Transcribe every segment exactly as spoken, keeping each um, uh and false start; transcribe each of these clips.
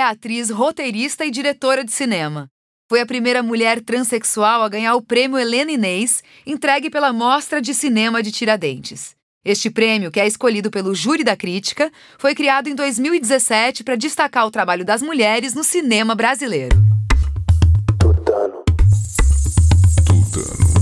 atriz, roteirista e diretora de cinema. Foi a primeira mulher transexual a ganhar o prêmio Helena Inês, entregue pela Mostra de Cinema de Tiradentes. Este prêmio, que é escolhido pelo júri da crítica, foi criado em dois mil e dezessete para destacar o trabalho das mulheres no cinema brasileiro. Tutano. Tutano.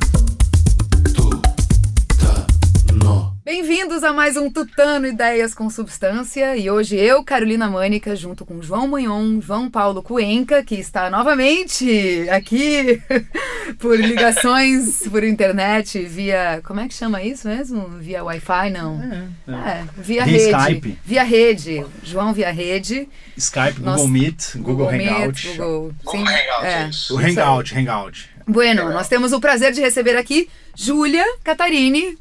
Bem-vindos a mais um Tutano Ideias com Substância, e hoje eu, Carolina Mânica, junto com João Monhon, João Paulo Cuenca, que está novamente aqui por ligações por internet, via... como é que chama isso mesmo? Via Wi-Fi, não? É, é. é via, via rede. Skype. Via rede. João via rede. Skype, Nós... Google Meet, Google, Google Hangout. Meet, Google... Google Hangout, é. é isso. O Hangout, Hangout. Bueno, Legal. Nós temos o prazer de receber aqui Júlia Catarini.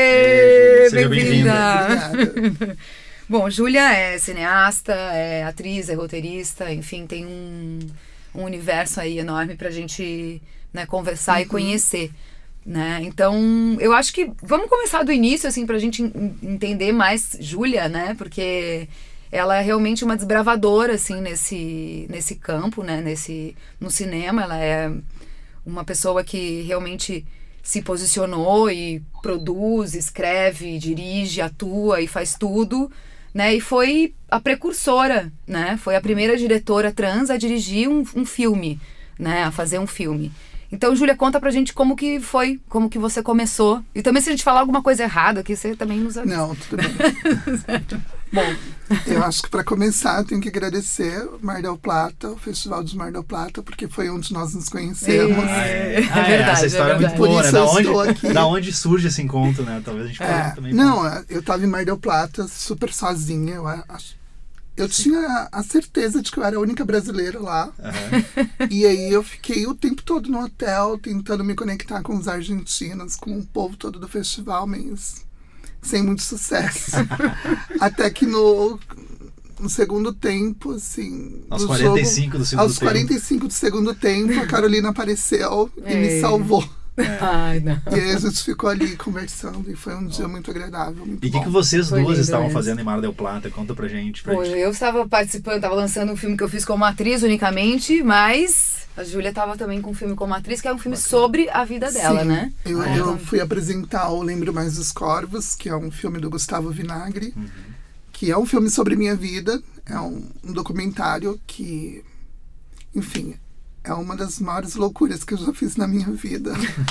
Ei, Júlia, seja bem-vinda. Bom, Júlia é cineasta, é atriz, é roteirista, enfim, tem um, um universo aí enorme pra gente, né, conversar, uhum, e conhecer, né? Então, eu acho que vamos começar do início, assim, pra gente in- entender mais Júlia, né? Porque ela é realmente uma desbravadora, assim, nesse, nesse campo, né? Nesse, no cinema. Ela é uma pessoa que realmente se posicionou e produz, escreve, dirige, atua e faz tudo, né? E foi a precursora, né? Foi a primeira diretora trans a dirigir um, um filme, né? A fazer um filme. Então, Júlia, conta pra gente como que foi, como que você começou. E também, se a gente falar alguma coisa errada aqui, você também nos avisa. Não, tudo bem. Bom, eu acho que para começar eu tenho que agradecer Mar del Plata, o Festival de Mar del Plata, porque foi onde nós nos conhecemos. Ah, é. É Ah, é. verdade, Essa história é é muito verdade. boa, Por né? isso Da eu onde, estou aqui. da onde surge esse encontro, né? Talvez a gente É, possa também... não, eu estava em Mar del Plata super sozinha, eu acho. Eu Sim. tinha a certeza de que eu era a única brasileira lá. Uhum. E aí eu fiquei o tempo todo no hotel, tentando me conectar com os argentinos, com o povo todo do festival, mas sem muito sucesso. Até que no, no segundo tempo, assim... Aos do quarenta e jogo, cinco do segundo aos tempo. quarenta e cinco do segundo tempo, a Carolina apareceu e Ei. me salvou. Ai, não. E aí a gente ficou ali conversando e foi um dia muito agradável, muito E o que, bom. que vocês Foi duas lindo estavam mesmo. fazendo em Mar del Plata? Conta pra gente. Pra Pô, gente. eu estava participando, estava lançando um filme que eu fiz como atriz unicamente, mas a Júlia estava também com um filme como atriz, que é um filme sobre a vida dela, Sim, né? Eu, É. eu fui apresentar o Lembro Mais dos Corvos, que é um filme do Gustavo Vinagre, Uhum. que é um filme sobre minha vida, é um, um documentário que, enfim, é uma das maiores loucuras que eu já fiz na minha vida.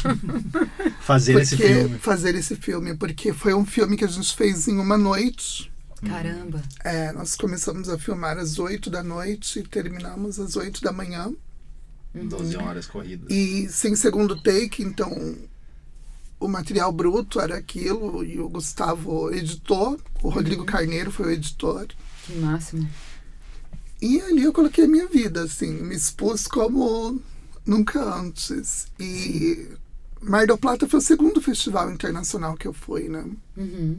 Fazer esse Porque- filme. Fazer esse filme, porque foi um filme que a gente fez em uma noite. Caramba. É, nós começamos a filmar às oito da noite e terminamos às oito da manhã. doze horas corridas. E sem segundo take, então o material bruto era aquilo e o Gustavo editou, o Rodrigo Uhum. Carneiro foi o editor. Que máximo. E ali eu coloquei a minha vida, assim, me expus como nunca antes. E Mar del Plata foi o segundo festival internacional que eu fui, né? Uhum.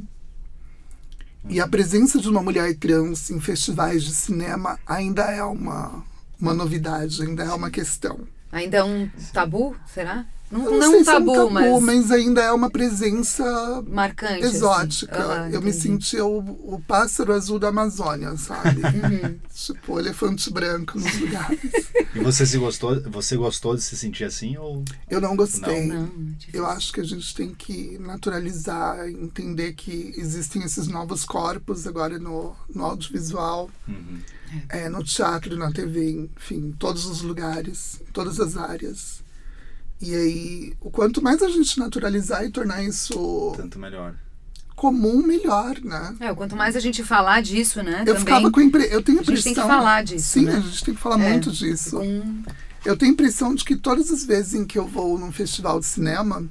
E a presença de uma mulher trans em festivais de cinema ainda é uma, uma novidade, ainda é uma questão. Ainda é um tabu, será? Não, Eu não, não sei um se é tabu, um tabu, mas, mas ainda é uma presença marcante. exótica. Assim. Aham, eu me entendi. senti o, o pássaro azul da Amazônia, sabe? Uhum. Tipo, o elefante branco nos lugares. E você se gostou, você gostou de se sentir assim ou... Eu não gostei. Não, é difícil. Eu acho que a gente tem que naturalizar, entender que existem esses novos corpos agora no, no audiovisual, Uhum. é, no teatro, na T V, enfim, em todos os lugares, em todas as áreas. E aí, o quanto mais a gente naturalizar e tornar isso Tanto melhor. comum, melhor, né? É, quanto mais a gente falar disso, né? Eu também, ficava com a impre... Eu tenho a a gente impressão... tem que falar disso, Sim, né? a gente tem que falar É, muito disso. com- Eu tenho a impressão de que todas as vezes em que eu vou num festival de cinema,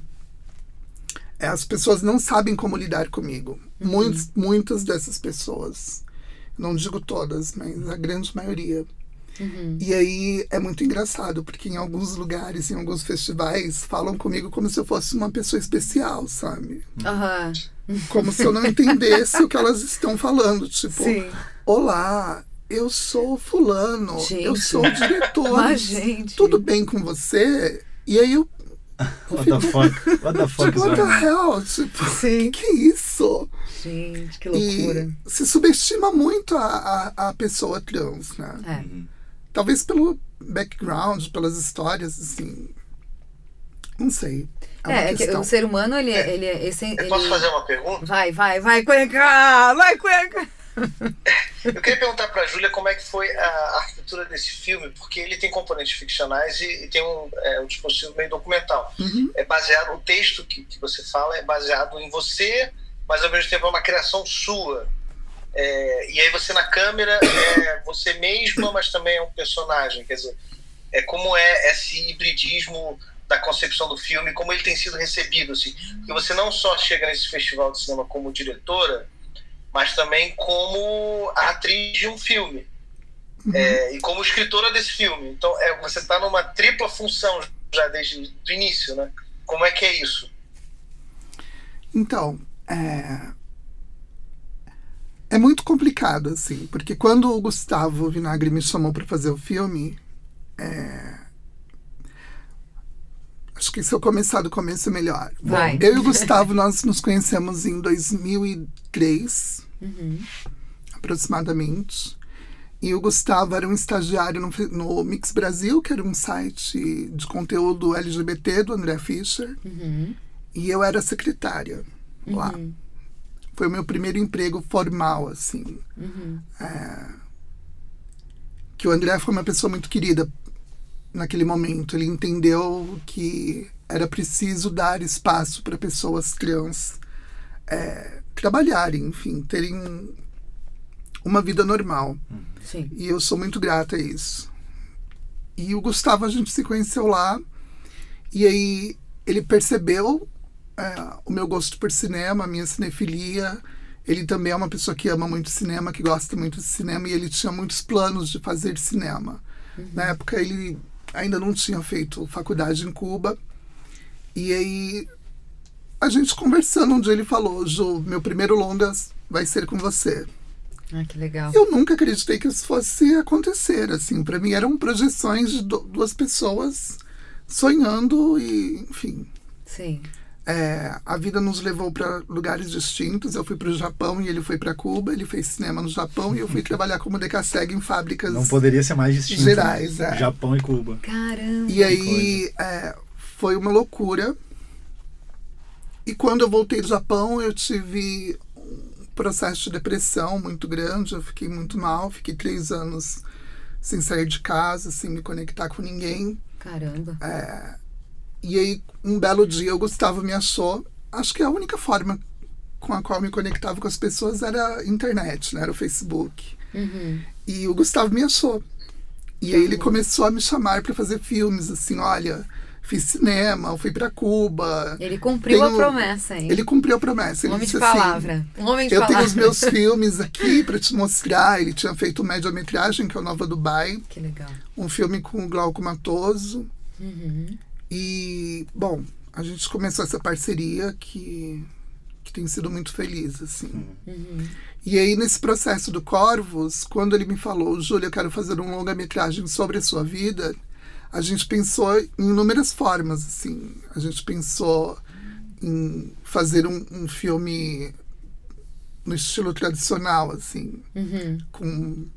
é, as pessoas não sabem como lidar comigo. Uhum. Muitas, muitas dessas pessoas. Não digo todas, mas a grande maioria. Uhum. E aí é muito engraçado, porque em alguns lugares, em alguns festivais, falam comigo como se eu fosse uma pessoa especial, sabe? Aham. Como se eu não entendesse o que elas estão falando. Tipo, Sim. olá, eu sou fulano, Gente. eu sou o diretor. Mas, gente. Tudo bem com você? E aí eu... What the fuck? What the fuck Tipo, is what the going on? hell? Tipo, Sim. que que é isso? Gente, que loucura. E se subestima muito a, a, a pessoa trans, né? É. Uhum. Talvez pelo background, pelas histórias, assim. Não sei. É, uma É, é que questão. o ser humano, ele, é- ele, é- esse, Eu ele... posso fazer uma pergunta? Vai, vai, vai, Cueca! Vai, Cueca! Eu queria perguntar pra Júlia como é que foi a arquitetura desse filme, porque ele tem componentes ficcionais e, e tem um, é, um dispositivo meio documental. Uhum. É baseado, o texto que, que você fala é baseado em você, mas ao mesmo tempo é uma criação sua. É, e aí você na câmera é você mesma, mas também é um personagem. Quer dizer, é como é esse hibridismo da concepção do filme, como ele tem sido recebido. Assim. Porque você não só chega nesse festival de cinema como diretora, mas também como a atriz de um filme. Uhum. É, e como escritora desse filme. Então é, você está numa tripla função já desde o início, né? Como é que é isso? Então, é... é muito complicado, assim, porque quando o Gustavo Vinagre me chamou para fazer o filme, é... acho que se eu começar do começo é melhor. Vai. Eu e o Gustavo, nós nos conhecemos em dois mil e três, Uhum. aproximadamente. E o Gustavo era um estagiário no, no Mix Brasil, que era um site de conteúdo L G B T do André Fischer. Uhum. E eu era secretária lá. Uhum. Foi o meu primeiro emprego formal, assim. Uhum. É, que o André foi uma pessoa muito querida naquele momento. Ele entendeu que era preciso dar espaço para pessoas trans é, trabalharem, enfim, terem uma vida normal. Sim. E eu sou muito grata a isso. E o Gustavo, a gente se conheceu lá. E aí ele percebeu é, o meu gosto por cinema, a minha cinefilia. Ele também é uma pessoa que ama muito cinema, que gosta muito de cinema. E ele tinha muitos planos de fazer cinema. Uhum. Na época ele ainda não tinha feito faculdade em Cuba. E aí a gente conversando, um dia ele falou: Ju, meu primeiro longa vai ser com você. Ah, que legal. Eu nunca acreditei que isso fosse acontecer, assim. Para mim eram projeções de do, duas pessoas sonhando e, enfim. Sim. É, a vida nos levou para lugares distintos. Eu fui para o Japão e ele foi para Cuba. Ele fez cinema no Japão e eu fui trabalhar como decassegue em fábricas Não poderia ser mais distinto. gerais. Né? É. Japão e Cuba. Caramba. E aí é, foi uma loucura. E quando eu voltei do Japão, eu tive um processo de depressão muito grande. Eu fiquei muito mal. Fiquei três anos sem sair de casa, sem me conectar com ninguém. Caramba. É, e aí, um belo dia, o Gustavo me achou. Acho que a única forma com a qual eu me conectava com as pessoas era a internet, né? Era o Facebook. Uhum. E o Gustavo me achou. E aí ele começou a me chamar para fazer filmes, assim, olha, fiz cinema, eu fui para Cuba. Ele cumpriu Tenho- a promessa, hein? Ele cumpriu a promessa. Um Ele homem de disse assim, palavra. Um homem de eu palavra. tenho os meus filmes aqui para te mostrar. Ele tinha feito média-metragem, que é o Nova Dubai. Que legal. Um filme com o Glauco Matoso. Uhum. E, bom, a gente começou essa parceria que, que tem sido muito feliz, assim. Uhum. E aí, nesse processo do Corvos, quando ele me falou, Júlia, eu quero fazer um longa-metragem sobre a sua vida, a gente pensou em inúmeras formas, assim. A gente pensou em fazer um, um filme no estilo tradicional, assim, Uhum. com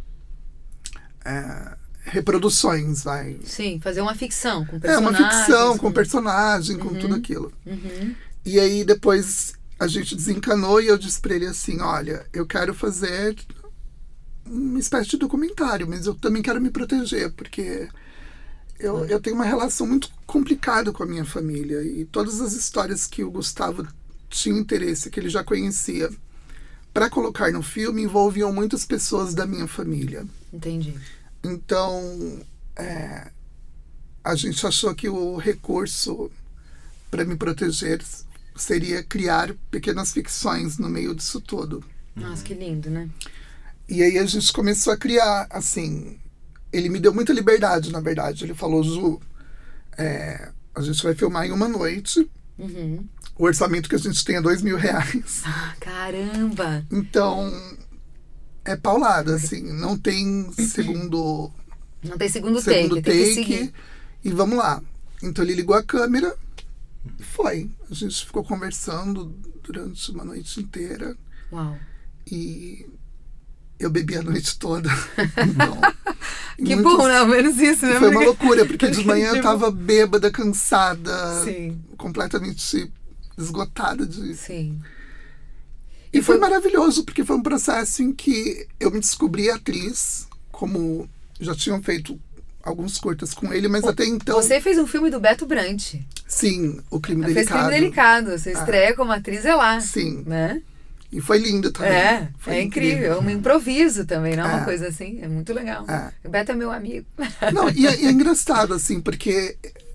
é, reproduções, vai. Sim, fazer uma ficção com É, personagens. uma ficção, com personagem, com Uhum. tudo aquilo. Uhum. E aí depois a gente desencanou e eu disse pra ele assim, olha, eu quero fazer uma espécie de documentário, mas eu também quero me proteger, porque eu, eu tenho uma relação muito complicada com a minha família. E todas as histórias que o Gustavo tinha interesse, que ele já conhecia, para colocar no filme, envolviam muitas pessoas da minha família. Entendi. Então, é, a gente achou que o recurso para me proteger seria criar pequenas ficções no meio disso tudo. Nossa, que lindo, né? E aí a gente começou a criar, assim... Ele me deu muita liberdade, na verdade. Ele falou, Ju, é, a gente vai filmar em uma noite. Uhum. O orçamento que a gente tem é dois mil reais. Ah, caramba! Então, é paulada, assim. Não tem segundo... Não tem segundo, segundo take, tem que take, seguir. e vamos lá. Então ele ligou a câmera Foi. A gente ficou conversando durante uma noite inteira. Uau. E eu bebi a noite toda. Então, que muitos... bom, né? Ao menos isso, né? Foi uma loucura, porque de manhã eu tava bêbada, cansada, Sim. completamente esgotada de... Sim. E, e foi... foi maravilhoso, porque foi um processo em que eu me descobri atriz, como já tinham feito alguns curtas com ele, mas o, até então... Você fez um filme do Beto Brant. Sim, O Crime Ela Delicado. Fez Crime Delicado. Você estreia ah. como atriz é lá. Sim. Né? E foi lindo também. É, foi é incrível. É um improviso também, não é uma é. coisa assim. É muito legal. É. O Beto é meu amigo. Não, e é, e é engraçado, assim, porque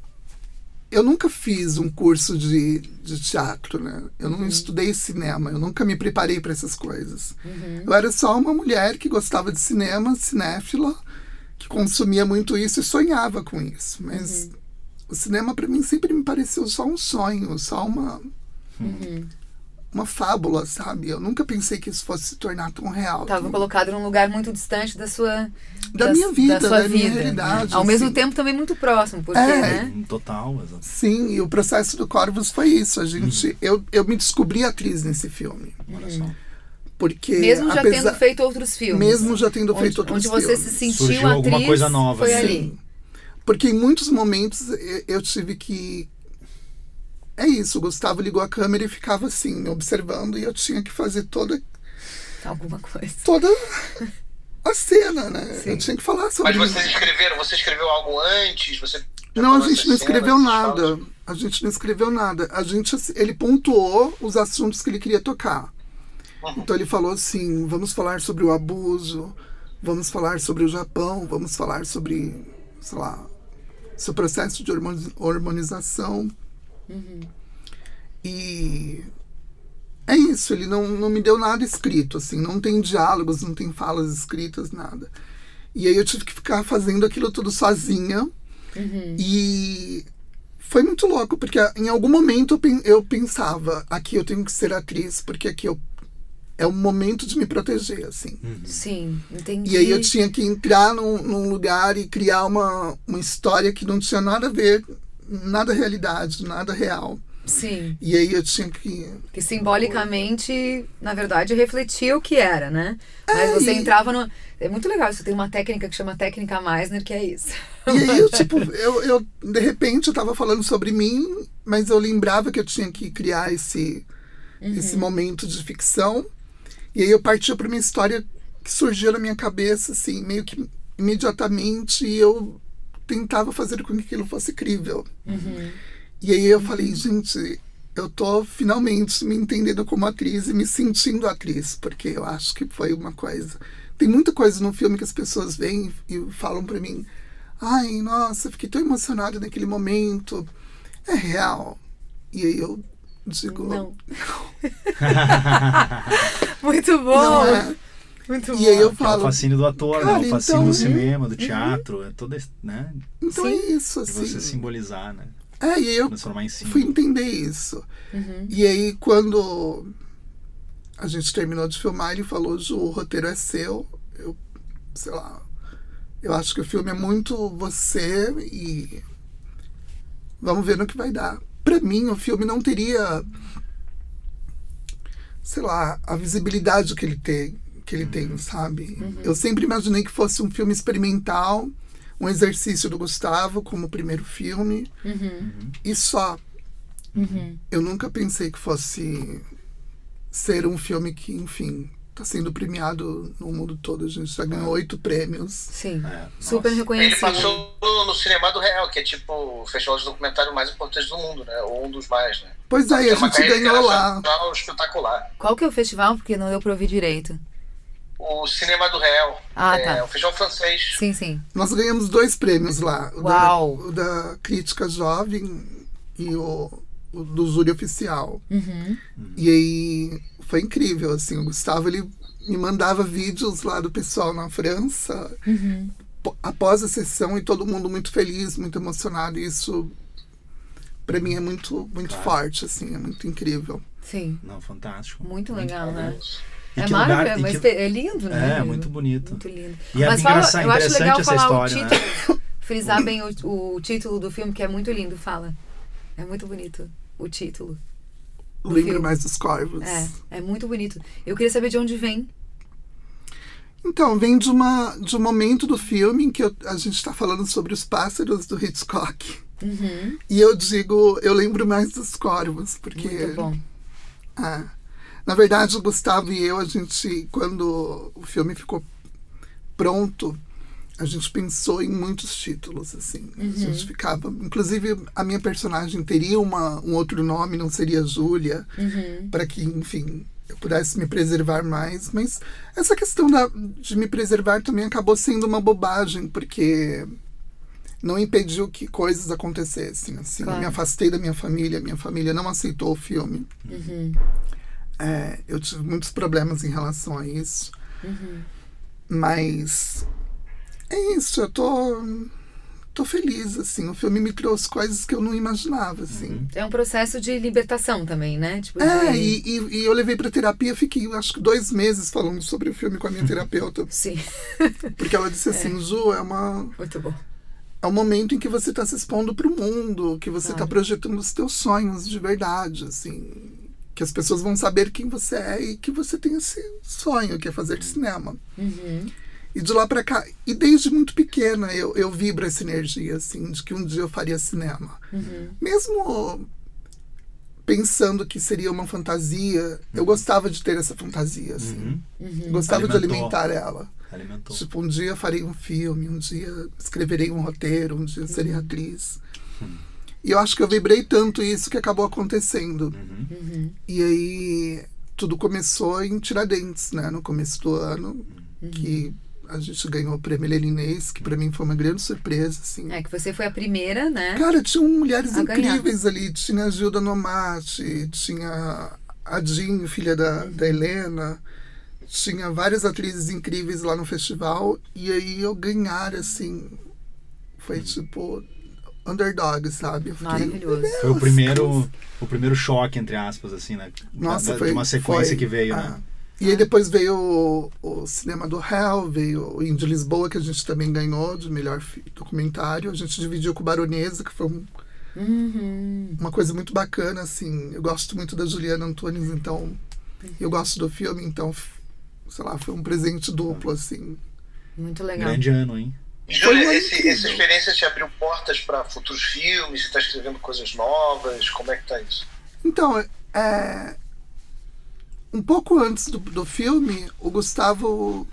eu nunca fiz um curso de, de teatro, né? Eu não uhum. estudei cinema, eu nunca me preparei para essas coisas. Uhum. Eu era só uma mulher que gostava de cinema, cinéfila, que consumia muito isso e sonhava com isso. Mas uhum. o cinema, para mim, sempre me pareceu só um sonho, só uma... Uhum. uma fábula, sabe? Eu nunca pensei que isso fosse se tornar tão real. Estava colocado num lugar muito distante da sua da, da minha vida, da, sua da vida. minha realidade. Ao assim. mesmo tempo também muito próximo, porque, é, né? Total, exatamente. Sim, e o processo do Corvus foi isso. A gente, uhum. eu, eu me descobri atriz nesse filme. Olha só. Porque, mesmo já apesar, tendo feito outros filmes. Mesmo já tendo onde, feito outros onde filmes. Onde você se sentiu Surgiu atriz, alguma coisa nova. Foi Sim. ali. Porque em muitos momentos eu, eu tive que... É isso, o Gustavo ligou a câmera e ficava assim, me observando, e eu tinha que fazer toda... Alguma coisa. Toda a cena, né? Sim. Eu tinha que falar sobre... Mas vocês escreveram, você escreveu algo antes? Você não, a gente não escreveu nada. A gente não escreveu nada. A gente, ele pontuou os assuntos que ele queria tocar. Uhum. Então ele falou assim, vamos falar sobre o abuso, vamos falar sobre o Japão, vamos falar sobre, sei lá, seu processo de hormonização. Uhum. E é isso, ele não, não me deu nada escrito, assim, não tem diálogos, não tem falas escritas, nada. E aí eu tive que ficar fazendo aquilo tudo sozinha. Uhum. E foi muito louco, porque em algum momento eu pensava, aqui eu tenho que ser atriz, porque aqui eu, é o momento de me proteger, assim. Uhum. Sim, entendi. E aí eu tinha que entrar num, num lugar e criar uma, uma história que não tinha nada a ver, nada realidade, nada real. Sim. E aí eu tinha que... Que simbolicamente, na verdade, refletia o que era, né? Mas é, você e... entrava no... É muito legal, você tem uma técnica que chama técnica Meisner, que é isso. E aí eu, tipo, eu, eu de repente eu tava falando sobre mim, mas eu lembrava que eu tinha que criar esse, uhum. esse momento de ficção. E aí eu partia para uma história que surgiu na minha cabeça, assim, meio que imediatamente, e eu tentava fazer com que aquilo fosse crível. Uhum. E aí eu falei, gente, eu tô finalmente me entendendo como atriz e me sentindo atriz, porque eu acho que foi uma coisa... Tem muita coisa no filme que as pessoas vêm e falam pra mim, ai, nossa, fiquei tão emocionada naquele momento. É real. E aí eu digo... Não. Muito bom. Não é. Muito e bom. aí eu Que falo... é o fascínio do ator, cara, né? O fascínio então, do cinema, do teatro, é todo esse, né? Então Sim. é isso, De assim. você simbolizar, né? É, e aí eu Transformar em símbolo. fui entender isso. Uhum. E aí, quando a gente terminou de filmar, ele falou, Ju, o roteiro é seu. Eu, sei lá, eu acho que o filme é muito você e vamos ver no que vai dar. Pra mim, o filme não teria, sei lá, a visibilidade que ele tem, que ele tem, sabe? Uhum. Eu sempre imaginei que fosse um filme experimental, um exercício do Gustavo como primeiro filme, Uhum. e só. Uhum. Eu nunca pensei que fosse ser um filme que, enfim, está sendo premiado no mundo todo. A gente já ganhou oito prêmios. Sim, É, super nossa. reconhecido. Ele passou no, no Cinema do Real, que é tipo o festival de documentário mais importante do mundo, né? Ou um dos mais, né? Pois é, e a Tem uma gente carreira ganhou lá. internacional espetacular. Qual que é o festival? Porque não deu pra ouvir direito. O Cinema do Real. Ah, é tá. um festival francês. Sim, sim. Nós ganhamos dois prêmios lá. O Uau! Da, o da crítica jovem e o, o do júri oficial. Uhum. E aí foi incrível, assim. O Gustavo, ele me mandava vídeos lá do pessoal na França, Uhum. após a sessão, e todo mundo muito feliz, muito emocionado. E isso, pra mim, é muito, muito Claro. forte, assim. É muito incrível. Sim. Não, fantástico. Muito legal, né? E É que lugar- maravilhoso, e mas que- é lindo, né? É, muito bonito. Muito lindo. E é Mas fala, engraçado- eu acho legal interessante essa falar história, o título, frisar bem o, o título do filme, que é muito lindo, fala. É muito bonito o título. do Lembro filme. mais dos corvos. É, é muito bonito. Eu queria saber de onde vem. Então, vem de, uma, de um momento do filme em que eu- a gente está falando sobre os pássaros do Hitchcock. Uhum. E eu digo, eu lembro mais dos corvos, porque... Muito bom. É. Na verdade, o Gustavo e eu, a gente, quando o filme ficou pronto, a gente pensou em muitos títulos, assim. A gente ficava... Inclusive, a minha personagem teria uma, um outro nome, não seria Júlia, Uhum. para que, enfim, eu pudesse me preservar mais. Mas essa questão da, de me preservar também acabou sendo uma bobagem, porque não impediu que coisas acontecessem. Assim. Claro. Eu me afastei da minha família, minha família não aceitou o filme. Uhum. É, eu tive muitos problemas em relação a isso. Uhum. Mas é isso, eu tô, tô feliz, assim. O filme me trouxe coisas que eu não imaginava, assim. É um processo de libertação também, né? Tipo, É, de... e, e, e eu levei pra terapia, fiquei acho que dois meses falando sobre o filme com a minha terapeuta. Sim. Porque ela disse assim, Ju, é, uma, Muito bom. é um momento em que você tá se expondo pro mundo, que você Claro. tá projetando os teus sonhos de verdade, assim. Que as pessoas vão saber quem você é e que você tem esse sonho, que é fazer cinema. Uhum. E de lá pra cá, e desde muito pequena eu, eu vibro essa energia, assim, de que um dia eu faria cinema. Uhum. Mesmo pensando que seria uma fantasia, eu gostava de ter essa fantasia, assim. Uhum. Gostava de Alimentou. alimentar ela. Alimentou. Tipo, um dia farei um filme, um dia escreverei um roteiro, um dia serei atriz. E eu acho que eu vibrei tanto isso que acabou acontecendo. Uhum. Uhum. E aí, tudo começou em Tiradentes, né? No começo do ano, que a gente ganhou o prêmio Lelinês, que pra mim foi uma grande surpresa, assim. É que você foi a primeira, né? Cara, tinham mulheres A ganhar. incríveis ali. Tinha a Gilda Nomati, tinha a Jean, filha da, da Helena. Tinha várias atrizes incríveis lá no festival. E aí eu ganhar, assim, foi tipo underdog, sabe? Eu fiquei, Maravilhoso. "Meu Foi o Deus, primeiro, o primeiro choque, entre aspas, assim, né? Nossa, Da- foi, de uma sequência foi, que veio, ah. né? E aí depois veio o, o Cinema do Hell, veio o Índio Lisboa, que a gente também ganhou de melhor fi- documentário. A gente dividiu com o Baronesa, que foi um- Uhum. uma coisa muito bacana, assim. Eu gosto muito da Juliana Antunes, então... Eu gosto do filme, então, f- sei lá, foi um presente duplo, assim. Muito legal. Grande ano, hein? Júlia, Foi esse, incrível. essa experiência te abriu portas para futuros filmes? Você está escrevendo coisas novas? Como é que tá isso? Então, é... Um pouco antes do, do filme, o Gustavo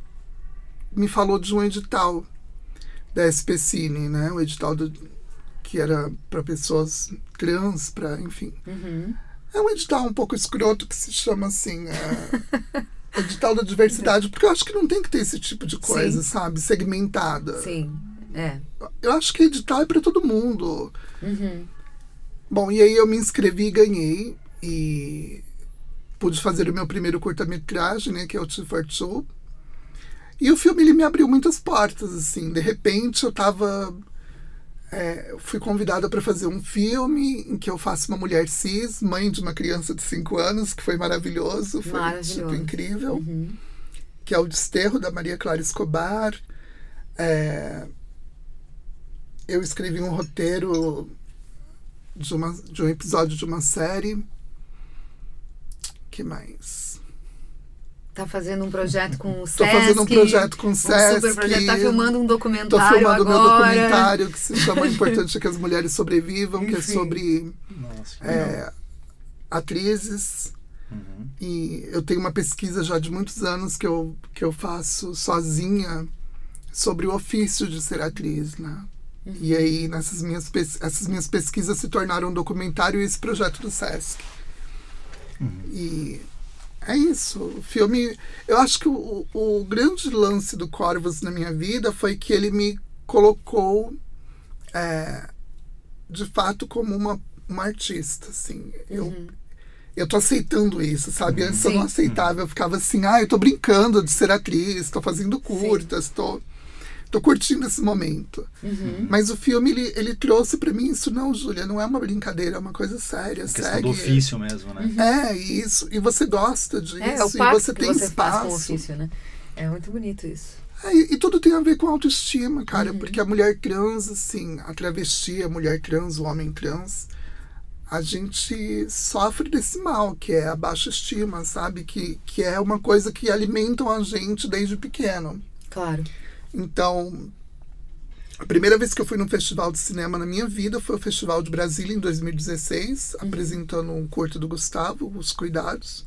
me falou de um edital da S P Cine, né? O edital do, que era para pessoas trans, para, enfim. Uhum. É um edital um pouco escroto que se chama assim, é, edital da diversidade, porque eu acho que não tem que ter esse tipo de coisa, Sim. sabe? Segmentada. Sim. É. Eu acho que edital é para todo mundo. Uhum. Bom, e aí eu me inscrevi e ganhei. E pude fazer o meu primeiro curta-metragem, né? Que é o Two for Two. E o filme, ele me abriu muitas portas, assim. De repente, eu tava... É, eu fui convidada para fazer um filme em que eu faço uma mulher cis, mãe de uma criança de cinco anos, que foi maravilhoso. Foi, Maravilhoso. tipo, incrível. Uhum. Que é o Desterro, da Maria Clara Escobar. É, eu escrevi um roteiro de, uma, de um episódio de uma série. Que mais? Tá fazendo um projeto com o Tô Sesc. fazendo um projeto com o Um Sesc. super projeto. Tá filmando um Tô documentário filmando o meu agora. documentário que se chama O Importante é que as Mulheres Sobrevivam, que é Enfim. sobre Nossa, que é, legal. atrizes. Uhum. E eu tenho uma pesquisa já de muitos anos que eu, que eu faço sozinha sobre o ofício de ser atriz, né? E aí, nessas minhas, pes- essas minhas pesquisas se tornaram um documentário e esse projeto do Sesc. E é isso. O filme... Eu acho que o, o grande lance do Corvos na minha vida foi que ele me colocou, é, de fato, como uma, uma artista, assim. Eu, eu tô aceitando isso, sabe? Antes eu não Sim. aceitava. Eu ficava assim, ah, eu tô brincando de ser atriz, tô fazendo curtas, tô... Tô curtindo esse momento. Uhum. Mas o filme, ele, ele trouxe pra mim isso. Não, Júlia, não é uma brincadeira, é uma coisa séria. A questão segue. do ofício mesmo, né? É, e isso. E você gosta disso. É, é o e pacto você que tem você espaço. faz com o ofício, né? É muito bonito isso. É, e, e tudo tem a ver com autoestima, cara. Uhum. Porque a mulher trans, assim, a travesti, a mulher trans, o homem trans, a gente sofre desse mal, que é a baixa estima, sabe? Que, que é uma coisa que alimentam a gente desde pequeno. Claro. Então, a primeira vez que eu fui num festival de cinema na minha vida foi o Festival de Brasília, em dois mil e dezesseis, uhum. apresentando um curto do Gustavo, Os Cuidados.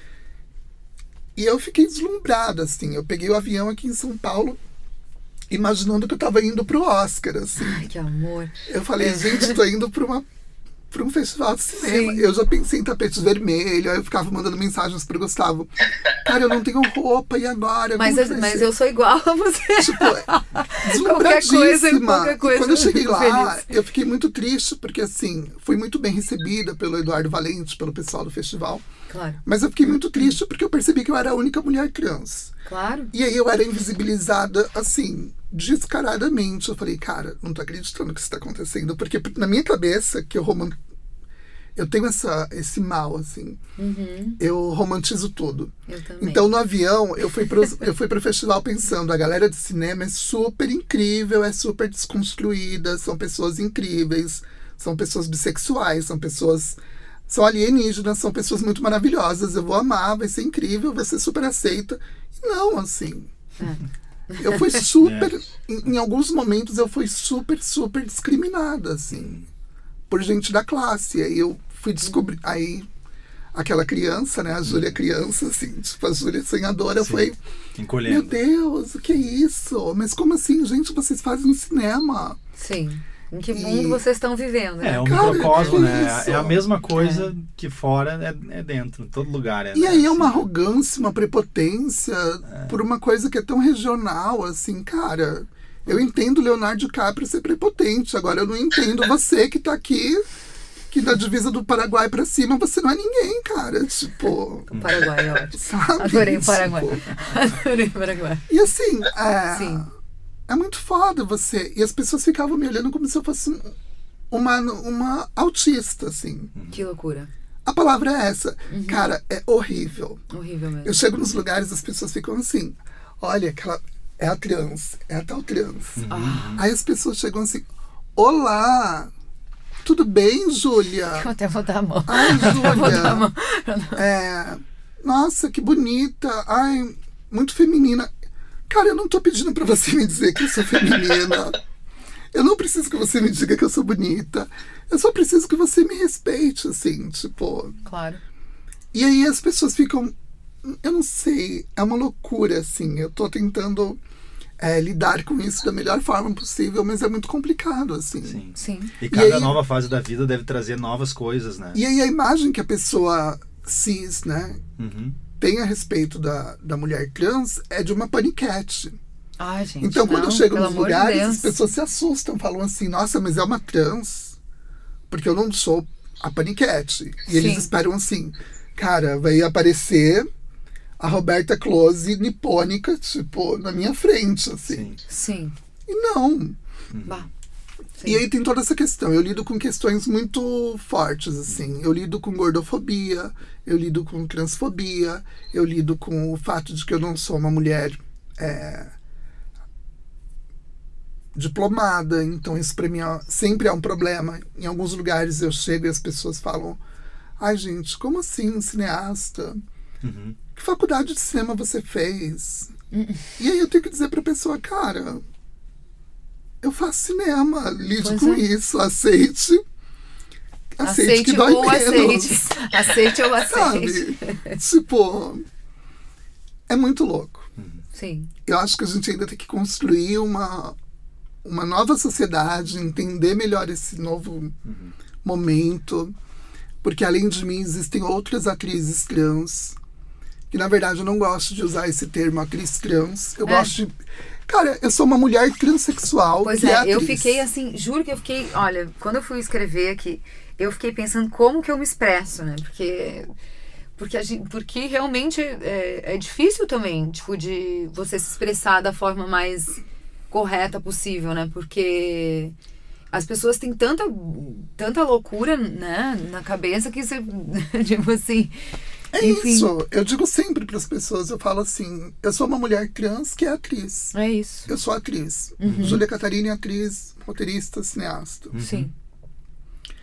E eu fiquei deslumbrada, assim. Eu peguei o avião aqui em São Paulo, imaginando que eu tava indo pro Oscar, assim. Ai, que amor. Eu falei, é. gente, tô indo pra uma para um festival de cinema. Sim. Eu já pensei em tapete vermelho, aí eu ficava mandando mensagens pro Gustavo. Cara, eu não tenho roupa, e agora? Mas, eu, mas eu sou igual a você. Tipo, deslumbradíssima. Coisa, qualquer coisa, e quando eu cheguei lá, feliz. eu fiquei muito triste, porque assim, fui muito bem recebida pelo Eduardo Valente, pelo pessoal do festival. Claro. Mas eu fiquei muito triste porque eu percebi que eu era a única mulher trans. Claro. E aí eu era invisibilizada, assim, descaradamente. Eu falei, cara, não tô acreditando que isso tá acontecendo. Porque na minha cabeça, que eu roman... eu tenho essa, esse mal, assim. Uhum. Eu romantizo tudo. Eu também. Então, no avião, eu fui pro, eu fui pro festival pensando, a galera de cinema é super incrível, é super desconstruída, são pessoas incríveis, são pessoas bissexuais, são pessoas... são alienígenas, são pessoas muito maravilhosas, eu vou amar, vai ser incrível, vai ser super aceita. E não, assim... É. Eu fui super... É. Em, em alguns momentos, eu fui super, super discriminada, assim, por gente da classe. Aí eu fui descobrir... Aí, aquela criança, né? A Júlia criança, assim, tipo, a Júlia sonhadora Sim. foi... Encolhendo. Meu Deus, o que é isso? Mas como assim, gente? Vocês fazem cinema. Sim. Em que E- mundo vocês estão vivendo? né? É, um Cara, microcosmo, que né? isso? É a mesma coisa que fora é, é dentro, em todo lugar. É, E né? aí é uma Assim, arrogância, uma prepotência por uma coisa que é tão regional, assim, cara. Eu entendo Leonardo DiCaprio ser prepotente, agora eu não entendo você que tá aqui, que da divisa do Paraguai pra cima, você não é ninguém, cara. Tipo, O Paraguai é ótimo. sabe? Adorei o Paraguai. Tipo, Adorei o Paraguai. e assim, é, Sim. é muito foda você. E as pessoas ficavam me olhando como se eu fosse um- uma, uma autista, assim. Que loucura. A palavra é essa. Cara, é horrível. Horrível mesmo. Eu chego nos lugares, as pessoas ficam assim, olha, aquela é a trans, é a tal trans. Ah, Aí as pessoas chegam assim, olá, tudo bem, Júlia? eu até vou dar a mão. Ai, Eu vou dar a mão. Júlia, é, nossa, que bonita, ai, muito feminina. Cara, eu não tô pedindo pra você me dizer que eu sou feminina. Eu não preciso que você me diga que eu sou bonita. Eu só preciso que você me respeite, assim, tipo... Claro. E aí as pessoas ficam... Eu não sei, é uma loucura, assim. Eu tô tentando é, lidar com isso da melhor forma possível, mas é muito complicado, assim. Sim. Sim. E cada aí- nova fase da vida deve trazer novas coisas, né? E aí a imagem que a pessoa cis, né, Uhum. tem a respeito da, da mulher trans é de uma paniquete. Ai, gente. Então, quando não, eu chego pelo nos amor de lugares, Deus. as pessoas se assustam, falam assim, nossa, mas é uma trans? Porque eu não sou a paniquete. E Sim. eles esperam assim, cara, vai aparecer a Roberta Close nipônica, tipo, na minha frente, assim. Sim. Sim. E não. Bah. Sim. E aí tem toda essa questão. Eu lido com questões muito fortes, assim. Eu lido com gordofobia, eu lido com transfobia, eu lido com o fato de que eu não sou uma mulher é, diplomada. Então isso pra mim ó, sempre é um problema. Em alguns lugares eu chego e as pessoas falam, ai gente, como assim cineasta? Uhum. Que faculdade de cinema você fez? E aí eu tenho que dizer pra pessoa, cara, eu faço cinema, lide Pois com é. isso, aceite. Aceite, Aceite que dói ou menos. aceite. Aceite ou aceite. Sabe? Tipo, é muito louco. Sim. Eu acho que a gente ainda tem que construir uma, uma nova sociedade, entender melhor esse novo momento. Porque além de mim, existem outras atrizes trans. Que na verdade eu não gosto de usar esse termo atriz trans. Eu É. gosto de. Cara, eu sou uma mulher transexual. Pois que é, é eu atriz. fiquei assim, juro que eu fiquei, olha, quando eu fui escrever aqui, eu fiquei pensando como que eu me expresso, né? Porque porque, a gente, porque realmente é, é difícil também, tipo, de você se expressar da forma mais correta possível, né? Porque as pessoas têm tanta, tanta loucura, né, na cabeça que você, tipo assim... É enfim, isso. Eu digo sempre para as pessoas, eu falo assim, eu sou uma mulher trans que é atriz. É isso. Eu sou atriz. Uhum. Júlia Catarina é atriz, roteirista, cineasta. Sim.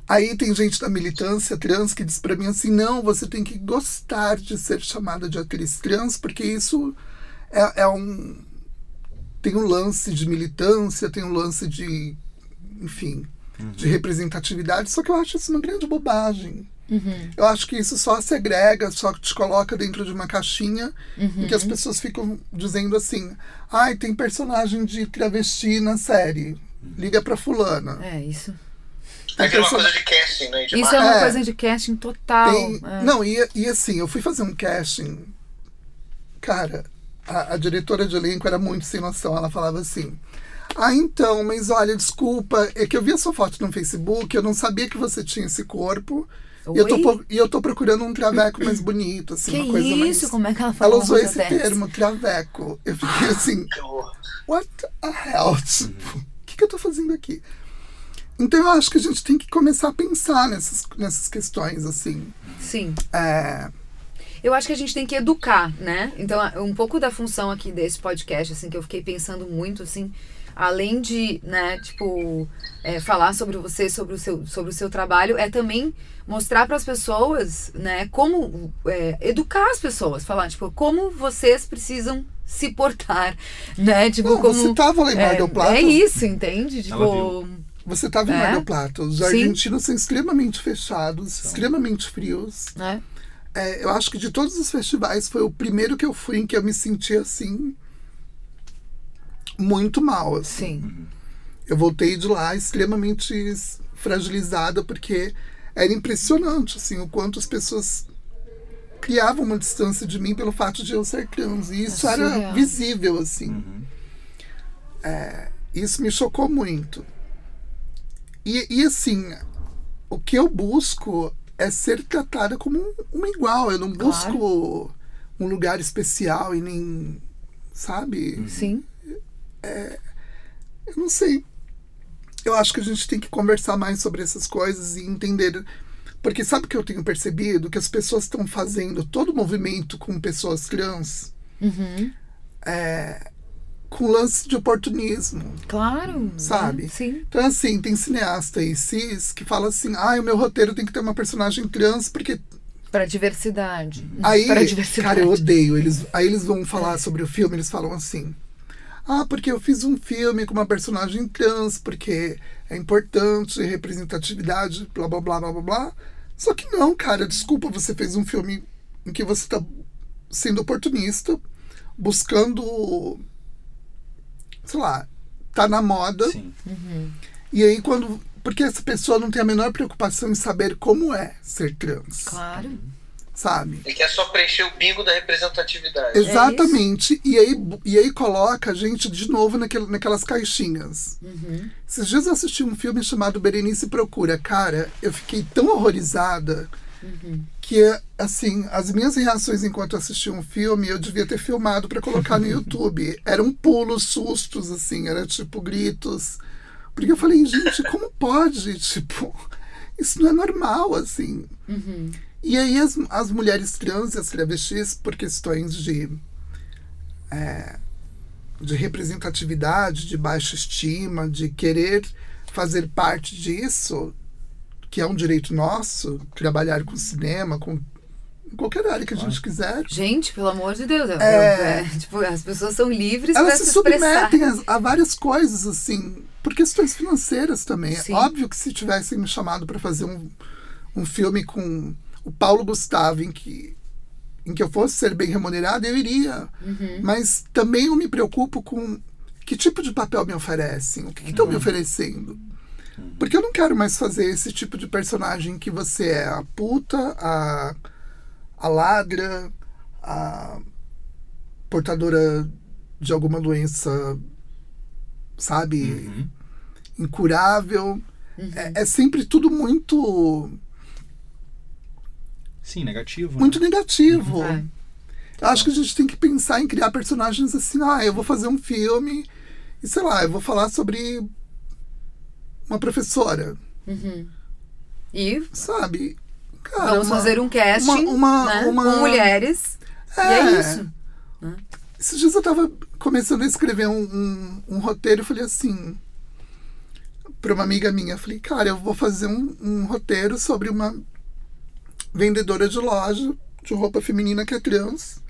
Aí tem gente da militância trans que diz pra mim assim, não, você tem que gostar de ser chamada de atriz trans, porque isso é, é um... Tem um lance de militância, tem um lance de, enfim, uhum. de representatividade, só que eu acho isso uma grande bobagem. Uhum. Eu acho que isso só segrega, só te coloca dentro de uma caixinha uhum. em que as pessoas ficam dizendo assim, ai, tem personagem de travesti na série, liga pra fulana. É, isso. É aquela coisa de casting, né? De isso é uma é, coisa de casting total. Tem, é. Não, e, e assim, eu fui fazer um casting, cara, a, a diretora de elenco era muito sem noção, ela falava assim, ah, então, mas olha, desculpa, é que eu vi a sua foto no Facebook, eu não sabia que você tinha esse corpo, e eu, tô, e eu tô procurando um traveco mais bonito, assim, que uma coisa isso? mais... Como é que ela falou? Ela usou esse dessa? termo, traveco. Eu fiquei assim, what the hell? Tipo, o que, que eu tô fazendo aqui? Então eu acho que a gente tem que começar a pensar nessas, nessas questões, assim. Sim. É... Eu acho que a gente tem que educar, né? Então, um pouco da função aqui desse podcast, assim, que eu fiquei pensando muito, assim, além de, né, tipo, é, falar sobre você, sobre o seu, sobre o seu trabalho, é também mostrar para as pessoas, né, como é, educar as pessoas, falar, tipo, como vocês precisam se portar, né? Tipo, Não, como, você tava lá em Mar del Plata? É, é isso, entende? Tipo, você estava em é? Mar del Plata. Os argentinos são extremamente fechados, são. extremamente frios. É. É, eu acho que de todos os festivais foi o primeiro que eu fui em que eu me senti assim muito mal, assim. Sim. Eu voltei de lá extremamente fragilizada porque era impressionante, assim, o quanto as pessoas criavam uma distância de mim pelo fato de eu ser trans. E isso é era surreal. visível, assim. Uhum. É, isso me chocou muito. E, e, assim, o que eu busco é ser tratada como um, uma igual. Eu não busco Claro. um lugar especial e nem... Sabe? Sim. É, eu não sei. Eu acho que a gente tem que conversar mais sobre essas coisas e entender... Porque sabe o que eu tenho percebido? Que as pessoas estão fazendo todo o movimento com pessoas trans Uhum. é, com lance de oportunismo. Claro. Sabe? Né? Sim. Então, assim, tem cineasta aí, cis, que fala assim, ah, o meu roteiro tem que ter uma personagem trans, porque... Para diversidade. Aí, Para diversidade. cara, eu odeio. Eles, aí eles vão falar sobre o filme, eles falam assim, ah, porque eu fiz um filme com uma personagem trans, porque é importante, representatividade, blá, blá, blá, blá, blá, blá. Só que não, cara, desculpa, você fez um filme em que você tá sendo oportunista, buscando, sei lá, tá na moda. Sim. Uhum. E aí quando... Porque essa pessoa não tem a menor preocupação em saber como é ser trans. Claro. Sabe? Ele quer só preencher o bingo da representatividade. Exatamente. E aí, e aí coloca a gente de novo naquel, naquelas caixinhas. Uhum. Esses dias eu assisti um filme chamado Berenice Procura. Cara, eu fiquei tão horrorizada Uhum. que, assim, as minhas reações enquanto eu assistia um filme, eu devia ter filmado pra colocar no YouTube. Eram pulos, sustos, assim, era tipo gritos. Porque eu falei, gente, como pode? Tipo, isso não é normal, assim. Uhum. E aí as, as mulheres trans e as travestis, por questões de, é, de representatividade, de baixa estima, de querer fazer parte disso, que é um direito nosso, trabalhar com cinema, com qualquer área que a gente quiser. Gente, pelo amor de Deus. eu- É. eu- é, tipo, as pessoas são livres para Elas se se expressar. submetem a, a várias coisas, assim, por questões financeiras também. Sim. É óbvio que se tivessem me chamado para fazer um, um filme com o Paulo Gustavo, em que, em que eu fosse ser bem remunerada, eu iria. Uhum. Mas também eu me preocupo com que tipo de papel me oferecem, o que estão me oferecendo. Porque eu não quero mais fazer esse tipo de personagem que você é a puta, a, a ladra, a portadora de alguma doença, sabe, Uhum. incurável. Uhum. É, é sempre tudo muito, Sim, negativo. muito né? negativo. É. Eu acho que a gente tem que pensar em criar personagens assim, ah, eu vou fazer um filme e, sei lá, eu vou falar sobre uma professora, Uhum. E sabe? Cara, vamos uma- fazer um casting uma- uma- né, uma- com mulheres. E é isso. Esses dias eu tava começando a escrever um, um, um roteiro e falei assim, pra uma amiga minha, eu falei, cara, eu vou fazer um, um roteiro sobre uma vendedora de loja de roupa feminina que é trans.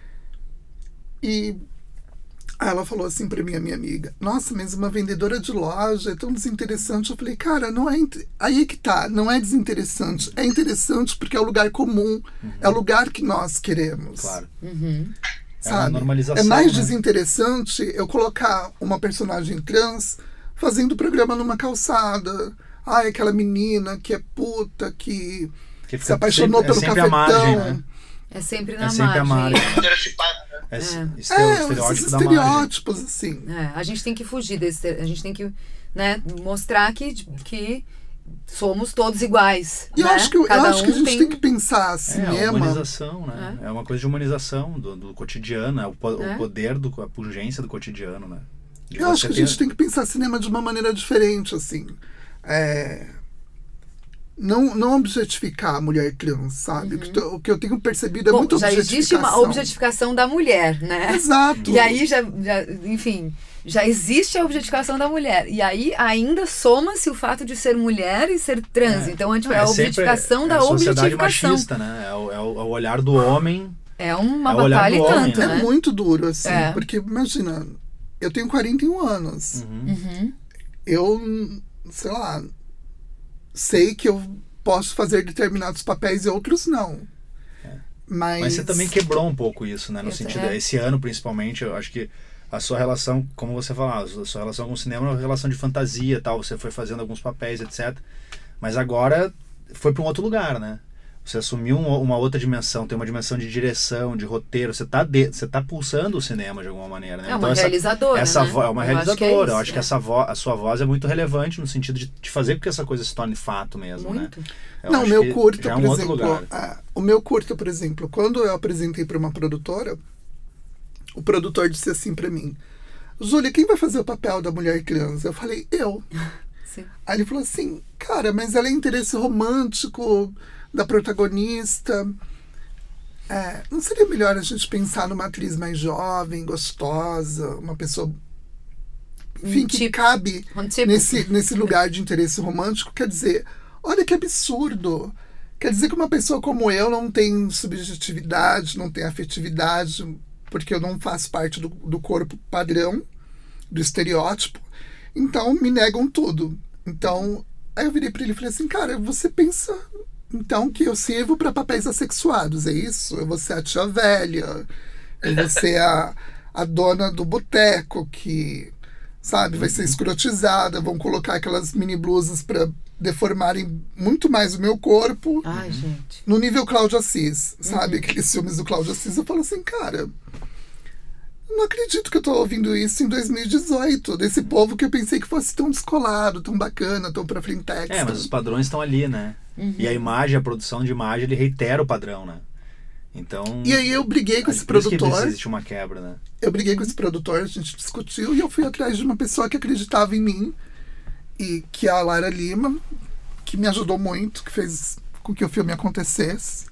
E aí ela falou assim pra mim, a minha amiga, nossa, mas uma vendedora de loja é tão desinteressante. Eu falei, cara, não é... int- Aí que tá, não é desinteressante. É interessante porque é o lugar comum, Uhum. é o lugar que nós queremos. Claro. Uhum. É uma Sabe? normalização, É mais né? desinteressante eu colocar uma personagem trans fazendo programa numa calçada. Ai, aquela menina que é puta, que, Que se fica apaixonou sempre- é pelo sempre a cafetão. margem, né? É sempre na É sempre a margem. margem. Estereotipado, né? É, esse É. esse é o É, estereótipo esses da margem. estereótipos, assim. É, a gente tem que fugir desse. A gente tem que, né, mostrar que, que somos todos iguais. E eu né? acho que, eu Cada acho que a um gente tem que pensar É, a cinema. humanização, né? É. uma coisa de humanização do, do cotidiano, é o, po- É. o poder, do, a pungência do cotidiano, né? De Eu acho você que a ter- gente tem que pensar cinema de uma maneira diferente, assim. É, Não, não objetificar a mulher trans, sabe? O, que, to- o que eu tenho percebido é Bom, muito já existe uma objetificação. objetificação da mulher, né? Exato. E aí já, já, enfim, já existe a objetificação da mulher. E aí ainda soma-se o fato de ser mulher e ser trans. É. Então, tipo, Não, é a sempre- objetificação é da a sociedade objetificação. machista, né? É o, é o- é o olhar do homem. É uma É o olhar batalha do e homem, tanto, né? né? É muito duro, assim. É. Porque, imagina, eu tenho quarenta e um anos. Uhum. Uhum. Eu, sei lá, sei que eu posso fazer determinados papéis e outros não. Mas, Mas você também quebrou um pouco isso, né? No Eu sentido, é. esse ano principalmente, eu acho que a sua relação, como você falava, a sua relação com o cinema é uma relação de fantasia, tal. Você foi fazendo alguns papéis, etcétera. Mas agora foi para um outro lugar, né? Você assumiu um- uma outra dimensão, tem uma dimensão de direção, de roteiro. Você tá, de, você tá pulsando o cinema de alguma maneira, né? É uma essa, realizadora, essa né? vo- é uma Eu acho que é realizadora. isso, eu acho que é. essa vo, a sua voz é muito relevante no sentido de, de fazer com que essa coisa se torne fato mesmo, Muito. né? Eu Não, o acho meu que curto, já é por um outro exemplo, lugar. ah, o meu curto, por exemplo, quando eu apresentei para uma produtora, o produtor disse assim para mim, Júlia, quem vai fazer o papel da mulher trans? Eu falei, eu. Sim. Aí ele falou assim, cara, mas ela é interesse romântico da protagonista. É, não seria melhor a gente pensar numa atriz mais jovem, gostosa, uma pessoa, enfim, Um que tipo. cabe Um tipo. nesse, nesse lugar de interesse romântico? Quer dizer, olha que absurdo. Quer dizer que uma pessoa como eu não tem subjetividade, não tem afetividade, porque eu não faço parte do, do corpo padrão, do estereótipo. Então, me negam tudo. Então, aí eu virei pra ele e falei assim, cara, você pensa, então, que eu sirvo para papéis assexuados, é isso? Eu vou ser a tia velha, eu vou ser a, a dona do boteco que, sabe, vai ser escrotizada, vão colocar aquelas mini blusas para deformarem muito mais o meu corpo. Ai, gente. No nível Cláudio Assis, sabe? Aqueles filmes do Cláudio Assis, eu falo assim, cara, não acredito que eu tô ouvindo isso em dois mil e dezoito, desse povo que eu pensei que fosse tão descolado, tão bacana, tão pra frentex. É, mas os padrões estão ali, né? E a imagem, a produção de imagem, ele reitera o padrão, né? Então... E aí eu briguei com esse por isso que produtor, existe uma quebra, né? eu briguei com esse produtor, a gente discutiu, e eu fui atrás de uma pessoa que acreditava em mim, e que é a Lara Lima, que me ajudou muito, que fez com que o filme acontecesse.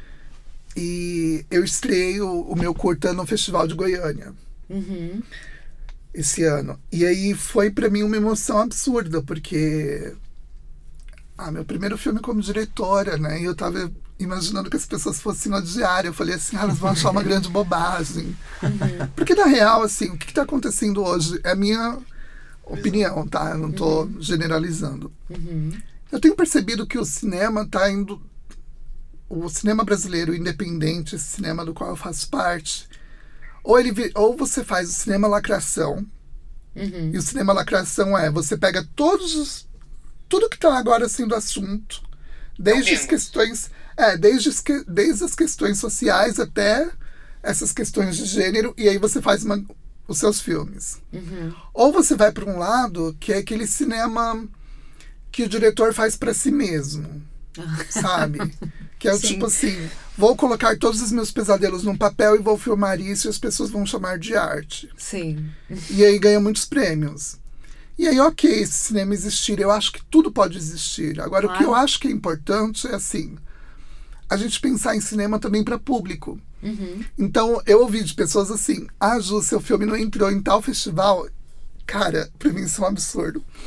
E eu estreiei o, o meu curta no Festival de Goiânia. Uhum. Esse ano. E aí foi pra mim uma emoção absurda, porque ah, meu primeiro filme como diretora, né? E eu tava imaginando que as pessoas fossem odiar. Eu falei assim, ah, elas vão achar uma grande bobagem. Uhum. Porque na real, assim, o que, que tá acontecendo hoje é a minha opinião, tá? Eu não tô Uhum. generalizando. Uhum. Eu tenho percebido que o cinema tá indo. O cinema brasileiro independente, esse cinema do qual eu faço parte, ou, ele, vi- ou você faz o cinema lacração, Uhum. e o cinema lacração é, você pega todos os, tudo que tá agora sendo assunto, desde as bingo. questões, é, desde, as que- desde as questões sociais até essas questões de gênero, e aí você faz uma- os seus filmes. Uhum. Ou você vai para um lado que é aquele cinema que o diretor faz para si mesmo, sabe? Que é o Sim. tipo assim, vou colocar todos os meus pesadelos num papel e vou filmar isso e as pessoas vão chamar de arte. Sim. E aí ganha muitos prêmios. E aí, ok, esse cinema existir, eu acho que tudo pode existir. Agora, o que Claro. eu acho que é importante é assim, a gente pensar em cinema também para público. Uhum. Então, eu ouvi de pessoas assim, ah, Ju, seu filme não entrou em tal festival. Cara, pra mim isso é um absurdo.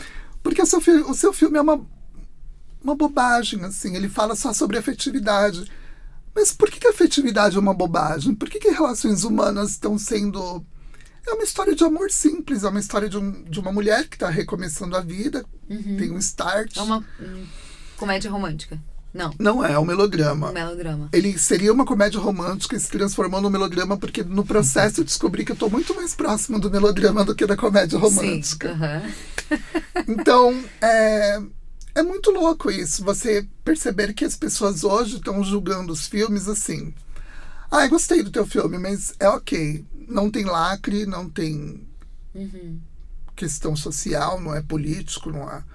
Porque o seu, fi- o seu filme é uma, uma bobagem, assim. Ele fala só sobre afetividade. Mas por que, que a afetividade é uma bobagem? Por que, que relações humanas estão sendo... É uma história de amor simples. É uma história de, um, de uma mulher que está recomeçando a vida. Uhum. Tem um start. É uma hum, comédia romântica. Não, Não é um melodrama. um melodrama. Ele seria uma comédia romântica e se transformou num melodrama porque no processo eu descobri que eu tô muito mais próxima do melodrama do que da comédia romântica. Sim, aham. Então, é, é muito louco isso. Você perceber que as pessoas hoje estão julgando os filmes assim. Ah, eu gostei do teu filme, mas é ok. Não tem lacre, não tem Uhum. questão social, não é político, não é...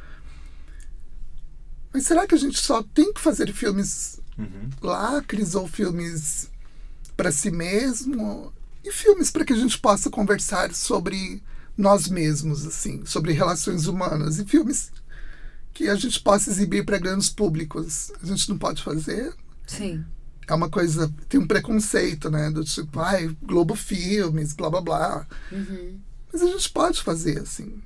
Mas será que a gente só tem que fazer filmes Uhum. lacres ou filmes para si mesmo? E filmes para que a gente possa conversar sobre nós mesmos, assim, sobre relações humanas. E filmes que a gente possa exibir para grandes públicos. A gente não pode fazer? Sim. É uma coisa... Tem um preconceito, né? Do tipo, ai, Globo Filmes, blá, blá, blá. Uhum. Mas a gente pode fazer, assim.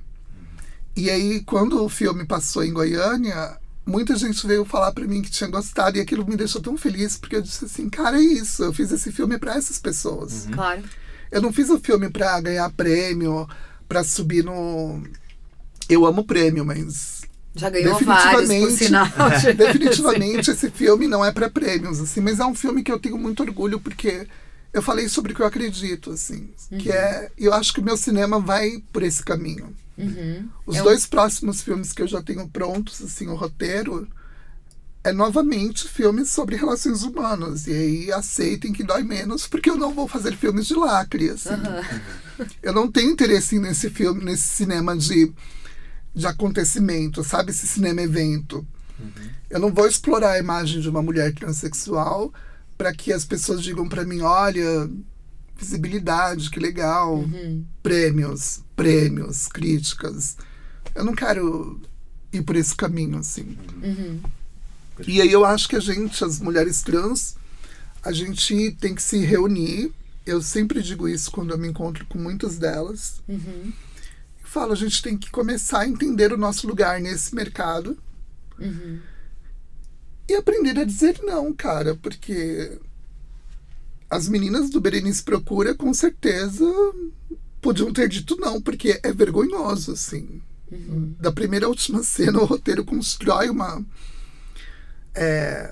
E aí, quando o filme passou em Goiânia, muita gente veio falar pra mim que tinha gostado e aquilo me deixou tão feliz, porque eu disse assim, cara, é isso, eu fiz esse filme pra essas pessoas. Claro. Eu não fiz o filme pra ganhar prêmio, pra subir no... Eu amo prêmio, mas... Já ganhou vários, por sinal. definitivamente esse filme não é pra prêmios, assim, mas é um filme que eu tenho muito orgulho, porque eu falei sobre o que eu acredito, assim, que é... Eu acho que o meu cinema vai por esse caminho. Uhum. Os É um- dois próximos filmes que eu já tenho prontos, assim, o roteiro, é novamente filmes sobre relações humanas. E aí aceitem que dói menos, porque eu não vou fazer filmes de lacre, assim. Eu não tenho interesse nesse filme, nesse cinema de, de acontecimento, sabe? Esse cinema evento. Eu não vou explorar a imagem de uma mulher transexual para que as pessoas digam para mim, olha, visibilidade, que legal, Uhum. prêmios, prêmios, críticas. Eu não quero ir por esse caminho, assim. Uhum. E aí eu acho que a gente, as mulheres trans, a gente tem que se reunir. Eu sempre digo isso quando eu me encontro com muitas delas. Uhum. E falo, a gente tem que começar a entender o nosso lugar nesse mercado Uhum. e aprender a dizer não, cara, porque as meninas do Berenice Procura, com certeza, podiam ter dito não, porque é vergonhoso, assim. Uhum. Da primeira à última cena, o roteiro constrói uma... é,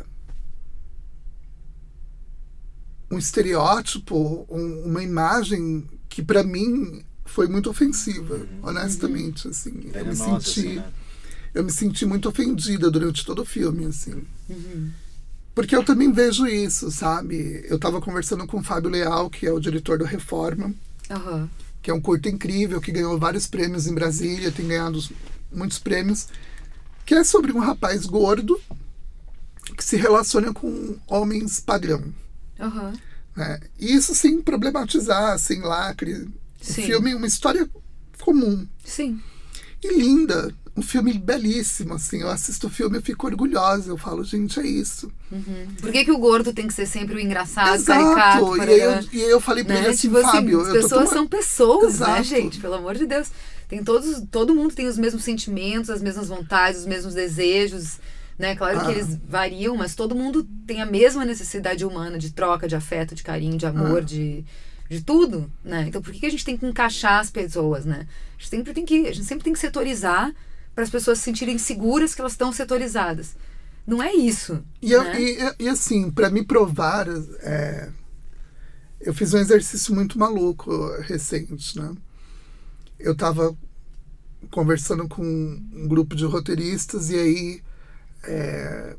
um estereótipo, um- uma imagem que, pra mim, foi muito ofensiva, honestamente, assim. Eu me Venenosa, senti... assim, né? Eu me senti muito ofendida durante todo o filme, assim. Uhum. Porque eu também vejo isso, sabe? Eu tava conversando com o Fábio Leal, que é o diretor do Reforma, Aham. que é um curta incrível, que ganhou vários prêmios em Brasília, tem ganhado muitos prêmios, que é sobre um rapaz gordo que se relaciona com homens padrão, Aham. né? E isso sem problematizar, sem lacre. O Sim. filme é uma história comum Sim. e linda. Um filme belíssimo, assim. Eu assisto o filme e fico orgulhosa. Eu falo, gente, é isso. Uhum. Por que, que o gordo tem que ser sempre o engraçado, Exato. caricato? E para- aí, eu, e aí eu falei pra né? ele assim, Tipo assim, Fábio... as eu tô pessoas tão- são pessoas, né, Exato. gente? Pelo amor de Deus. Tem todos, todo mundo tem os mesmos sentimentos, as mesmas vontades, os mesmos desejos, né? Claro que Ah. eles variam, mas todo mundo tem a mesma necessidade humana de troca, de afeto, de carinho, de amor, Ah. de, de tudo, né? Então por que, que a gente tem que encaixar as pessoas, né? A gente sempre tem que, a gente sempre tem que setorizar para as pessoas se sentirem seguras que elas estão setorizadas. Não é isso. E, eu- né? e- e, assim, pra me provar, é, eu fiz um exercício muito maluco recente, né? Eu tava conversando com um grupo de roteiristas e aí é,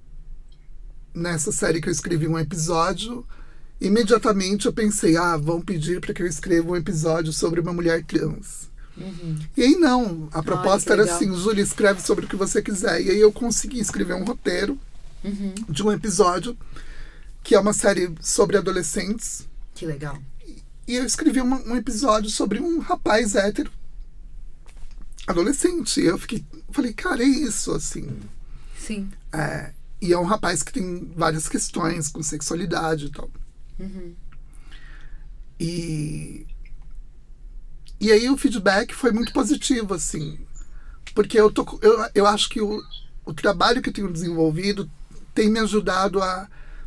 nessa série que eu escrevi um episódio, imediatamente eu pensei, ah, vão pedir para que eu escreva um episódio sobre uma mulher trans. Uhum. E aí não, a proposta que era legal. assim, Júlia, escreve sobre o que você quiser. E aí eu consegui escrever um roteiro Uhum. de um episódio que é uma série sobre adolescentes. Que legal. E eu escrevi uma- um episódio sobre um rapaz hétero adolescente. E eu fiquei, falei, cara, é isso, assim. Sim. É, e é um rapaz que tem várias questões com sexualidade e tal. Uhum. E, e aí o feedback foi muito positivo, assim. porque eu, tô, eu, eu acho que o, o trabalho que eu tenho desenvolvido tem me ajudado a,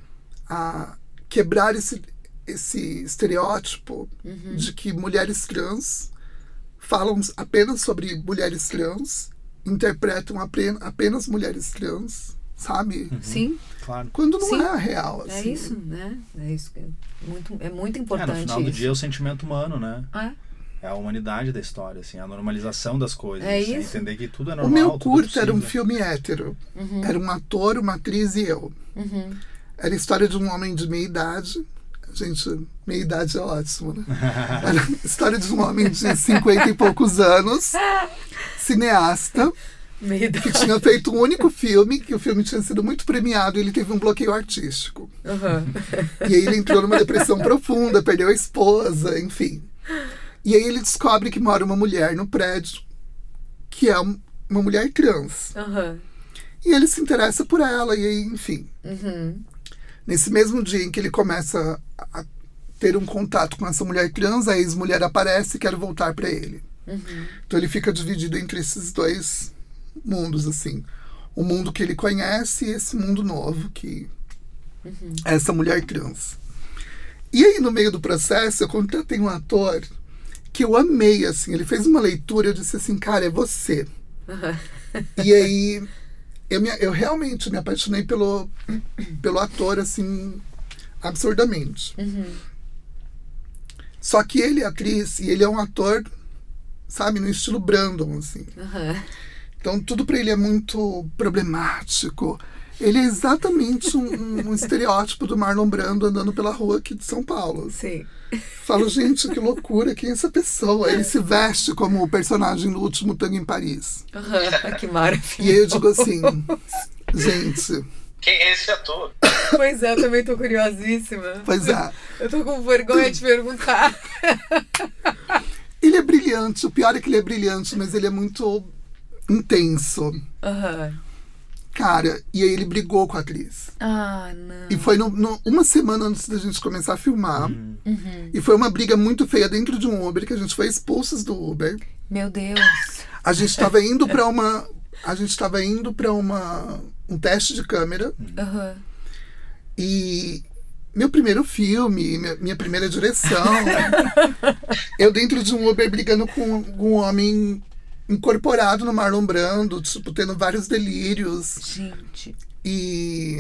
a quebrar esse, esse estereótipo Uhum. de que mulheres trans falam apenas sobre mulheres trans, interpretam apre- apenas mulheres trans, sabe? Sim, Claro. Quando não Sim. é a real, é assim. isso, né? É isso que é muito, é muito É, importante. no final do isso. dia é o sentimento humano, né? É. É a humanidade da história, assim, a normalização das coisas. É assim, isso. Entender que tudo é O normal. meu tudo é curto era um possível. filme hétero. Era um ator, uma atriz e eu. Uhum. Era a história de um homem de meia idade. Gente, meia idade é ótimo, né? Era a história de um homem de cinquenta e poucos anos, cineasta, Meio da... que tinha feito um único filme, que o filme tinha sido muito premiado e ele teve um bloqueio artístico. Uhum. E aí ele entrou numa depressão profunda, perdeu a esposa, enfim. E aí ele descobre que mora uma mulher no prédio, que é um- uma mulher trans. Uhum. E ele se interessa por ela, e aí, enfim. Uhum. Nesse mesmo dia em que ele começa a ter um contato com essa mulher trans, a ex-mulher aparece e quer voltar para ele. Uhum. Então ele fica dividido entre esses dois mundos, assim. O mundo que ele conhece e esse mundo novo, que Uhum. é essa mulher trans. E aí, no meio do processo, eu contratei um ator que eu amei, assim. Ele fez uma leitura, eu disse assim, cara, é você. Uhum. E aí, eu, me, eu realmente me apaixonei pelo, pelo ator, assim, absurdamente. Uhum. Só que ele é atriz e ele é um ator, sabe, no estilo Brandon, assim. Uhum. Então, tudo pra ele é muito problemático. Ele é exatamente um, um estereótipo do Marlon Brando andando pela rua aqui de São Paulo. Sim. Falo, gente, que loucura, quem é essa pessoa? Ele se veste como o personagem do Último Tango em Paris. Uhum. Que maravilha. E aí eu digo assim, gente, Quem é esse ator? Pois é, eu também tô curiosíssima. pois é, Eu tô com vergonha de perguntar. ele é brilhante, o pior é que ele é brilhante, mas ele é muito intenso. Aham. Cara, e aí ele brigou com a atriz. Ah, não. E foi no, no- uma semana antes da gente começar a filmar. Uhum. E foi uma briga muito feia dentro de um Uber, que a gente foi expulsos do Uber. Meu Deus. A gente estava indo para uma. A gente estava indo para uma um teste de câmera. Aham. E meu primeiro filme, minha, minha primeira direção. Eu dentro de um Uber brigando com um homem incorporado no Marlon Brando, tipo, tendo vários delírios. Gente. E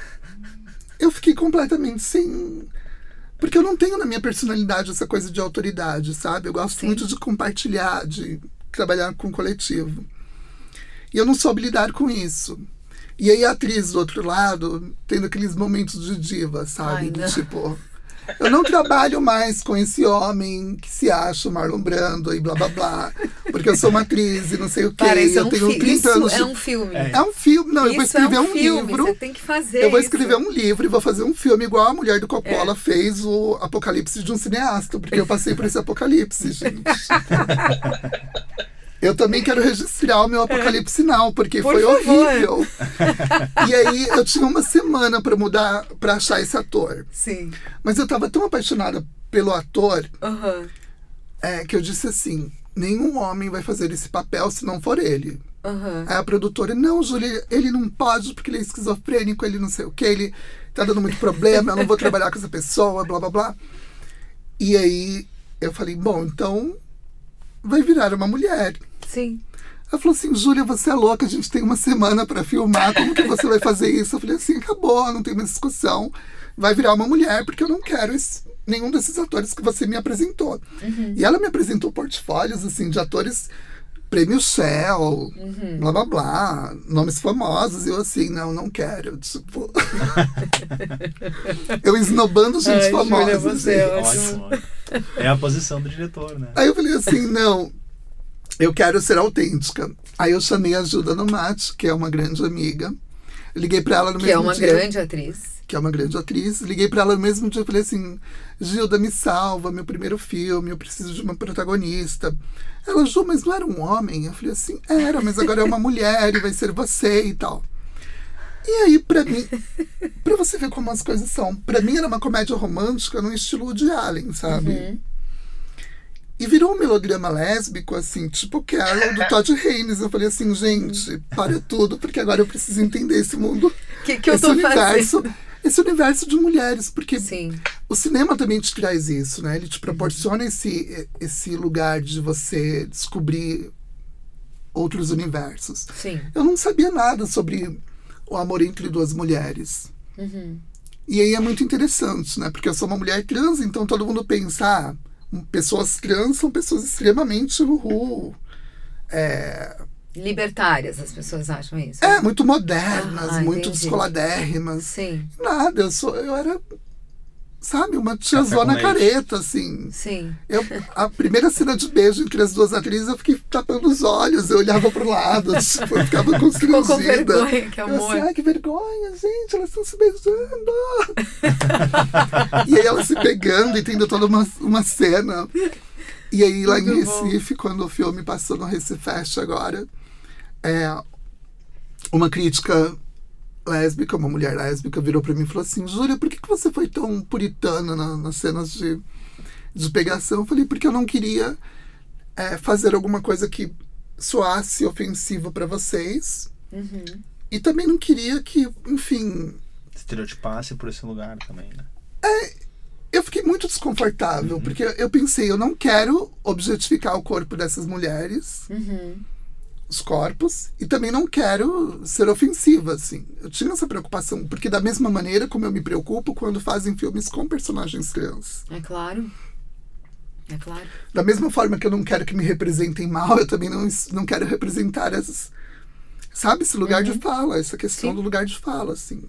eu fiquei completamente sem. Porque eu não tenho na minha personalidade essa coisa de autoridade, sabe? Eu gosto Sim. muito de compartilhar, de trabalhar com o coletivo. E eu não soube lidar com isso. E aí a atriz do outro lado, tendo aqueles momentos de diva, sabe? Ai, do não. tipo, eu não trabalho mais com esse homem que se acha o Marlon Brando e blá blá blá. Porque eu sou uma atriz e não sei o quê. Para, isso é eu um, tenho fi- trinta isso anos de... é um filme. É. É um filme. Não, eu vou Isso é escrever um um, filme, livro. Você tem que fazer Eu vou isso. escrever um livro e vou fazer um filme igual a mulher do Coppola É. fez o Apocalipse de um cineasta, porque eu passei por esse apocalipse, gente. Eu também quero registrar o meu apocalipse now, porque Por foi favor. horrível. E aí eu tinha uma semana pra mudar, pra achar esse ator. Sim. Mas eu tava tão apaixonada pelo ator Aham. é, que eu disse assim: nenhum homem vai fazer esse papel se não for ele. Aham. Aí a produtora, não, Júlia, ele não pode porque ele é esquizofrênico, ele não sei o que, ele tá dando muito problema, eu não vou trabalhar com essa pessoa, blá blá blá. E aí eu falei, bom, então vai virar uma mulher. Sim. Ela falou assim, Júlia, você é louca, a gente tem uma semana pra filmar, como que você vai fazer isso? Eu falei assim, acabou, não tem mais discussão, vai virar uma mulher, porque eu não quero esse- nenhum desses atores que você me apresentou. E ela me apresentou portfólios, assim, de atores Prêmio Shell, blá blá blá, nomes famosos, e eu assim, não, não quero, tipo... eu esnobando gente Ai, famosa. Júlia, você é gente. ótimo. Ótimo. É a posição do diretor, né? Aí eu falei assim, não, eu quero ser autêntica. Aí eu chamei a Gilda Nomati, que é uma grande amiga. Liguei pra ela no Que mesmo é uma dia. grande atriz. Que é uma grande atriz. Liguei pra ela no mesmo dia e falei assim, Gilda, me salva, meu primeiro filme, eu preciso de uma protagonista. Ela, Ju, mas não era um homem? Eu falei assim, era, mas agora é uma mulher e vai ser você e tal. E aí, pra mim, pra você ver como as coisas são, pra mim era uma comédia romântica no estilo de Allen, sabe? Uhum. E virou um melodrama lésbico, assim, tipo Carol, do Todd Haynes. Eu falei assim, gente, para tudo, porque agora eu preciso entender esse mundo, que, que eu esse tô universo, fazendo? esse universo de mulheres, porque Sim. o cinema também te traz isso, né? Ele te proporciona uhum. esse, esse lugar de você descobrir outros universos. Sim. Eu não sabia nada sobre o amor entre duas mulheres. Uhum. E aí é muito interessante, né? Porque eu sou uma mulher trans, então todo mundo pensa, ah, pessoas trans são pessoas extremamente uhul, é... libertárias, as pessoas acham isso. É, muito modernas, ah, muito entendi. descoladérrimas. Sim. Nada, eu, sou, eu era, sabe, uma tiazona careta, assim. Sim. Eu, a primeira cena de beijo entre as duas atrizes, eu fiquei tapando os olhos, eu olhava pro lado, tipo, eu ficava constrangida. Ficou com vergonha, que amor. Eu assim, ai, que vergonha, gente, elas estão se beijando. E aí elas se pegando e tendo toda uma, uma cena. E aí lá Muito em Recife, bom. Quando o filme passou no Recifest agora, é, uma crítica lésbica, uma mulher lésbica, virou pra mim e falou assim, Júlia, por que, que você foi tão puritana na, nas cenas de, de pegação? Eu falei, porque eu não queria é, fazer alguma coisa que soasse ofensiva pra vocês. Uhum. E também não queria que, enfim... estereotipasse por esse lugar também, né? É, eu fiquei muito desconfortável, uhum. porque eu pensei, eu não quero objetificar o corpo dessas mulheres, uhum. os corpos, e também não quero ser ofensiva, assim. Eu tinha essa preocupação, porque da mesma maneira como eu me preocupo quando fazem filmes com personagens trans. É claro. É claro. Da mesma forma que eu não quero que me representem mal, eu também não, não quero representar essas... Sabe, esse lugar uhum. de fala, essa questão Sim. do lugar de fala, assim.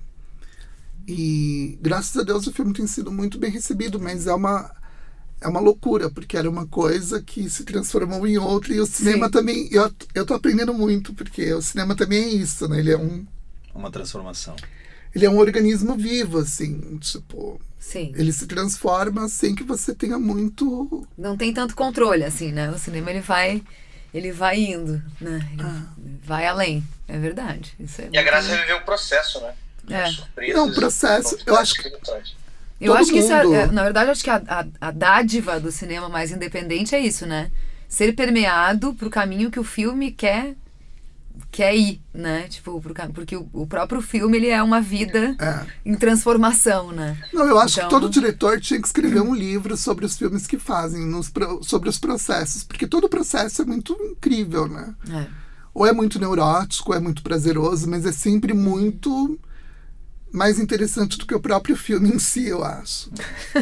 E, graças a Deus, o filme tem sido muito bem recebido, mas é uma, é uma loucura, porque era uma coisa que se transformou em outra, e o cinema Sim. também... Eu, eu tô aprendendo muito, porque o cinema também é isso, né? Ele é um... Uma transformação. Ele é um organismo vivo, assim, tipo... Sim. Ele se transforma sem que você tenha muito... Não tem tanto controle, assim, né? O cinema, ele vai... Ele vai indo, né? Ele ah. vai além. É verdade. Isso é e a graça é viver o processo, né? É. Surpresas, não, o processo, eu acho que... Eu acho que isso é, na verdade, acho que a, a, a dádiva do cinema mais independente é isso, né? Ser permeado pro caminho que o filme quer, quer ir, né? Tipo, pro, porque o, o próprio filme, ele é uma vida é. em transformação, né? Não, eu acho então... que todo diretor tinha que escrever um livro sobre os filmes que fazem, nos, sobre os processos, porque todo processo é muito incrível, né? É. Ou é muito neurótico, ou é muito prazeroso, mas é sempre muito... mais interessante do que o próprio filme em si, eu acho.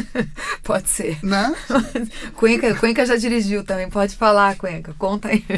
Pode ser. Né? Cuenca, Cuenca já dirigiu também, pode falar, Cuenca, conta aí.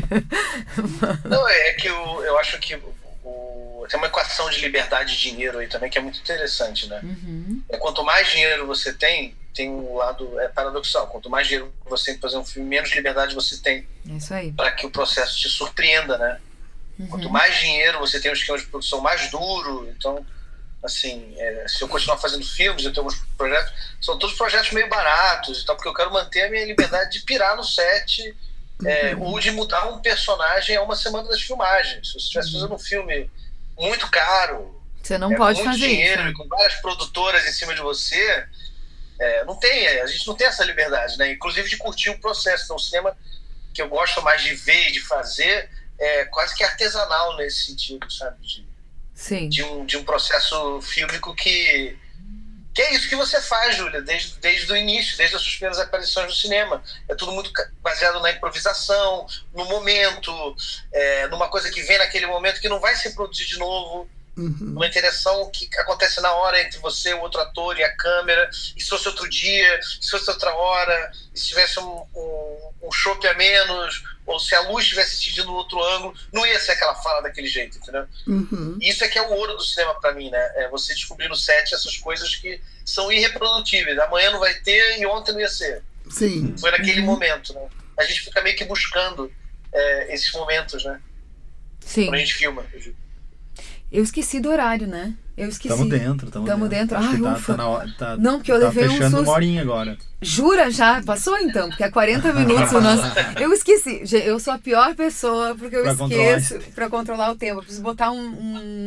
Não, é que eu, eu acho que o, tem uma equação de liberdade e dinheiro aí também que é muito interessante, né? Uhum. É, quanto mais dinheiro você tem, tem um lado é paradoxal, quanto mais dinheiro você tem para fazer um filme, menos liberdade você tem. É isso aí. Para que o processo te surpreenda, né? Uhum. Quanto mais dinheiro você tem um esquema de produção mais duro, então... assim, é, se eu continuar fazendo filmes, eu tenho alguns projetos, são todos projetos meio baratos e tal, porque eu quero manter a minha liberdade de pirar no set, é, uhum. ou de mudar um personagem a uma semana das filmagens. Se você estivesse fazendo um filme muito caro, você não é, pode com muito fazer dinheiro isso. E com várias produtoras em cima de você, é, não tem, a gente não tem essa liberdade, né? Inclusive de curtir o processo. Então, o cinema que eu gosto mais de ver e de fazer é quase que artesanal nesse sentido, sabe? De, Sim. De, um, de um processo fílmico que, que é isso que você faz, Júlia, desde, desde o início, desde as suas primeiras aparições no cinema. É tudo muito baseado na improvisação, no momento, é, numa coisa que vem naquele momento que não vai se produzir de novo, uhum. uma interação que acontece na hora entre você, o outro ator e a câmera, e se fosse outro dia, se fosse outra hora, se tivesse um, um, um chope a menos, ou se a luz tivesse atingido no outro ângulo, não ia ser aquela fala daquele jeito, entendeu? Uhum. E isso é que é o ouro do cinema pra mim, né? É você descobrir no set essas coisas que são irreprodutíveis. Amanhã não vai ter e ontem não ia ser. Sim. Foi naquele uhum. momento, né? A gente fica meio que buscando é, esses momentos, né? Sim. Quando a gente filma. Eu, eu esqueci do horário, né? Eu esqueci. Tamo dentro, tamo, tamo dentro. dentro. Acho Ai, que tá, ufa. tá na hora. Tá, não, porque eu tá levei um fechando susto. uma horinha agora. Jura? Já? Passou então? Porque é quarenta minutos o nosso... Eu esqueci. Eu sou a pior pessoa porque eu pra esqueço controlar. pra controlar o tempo. Eu preciso botar um, um,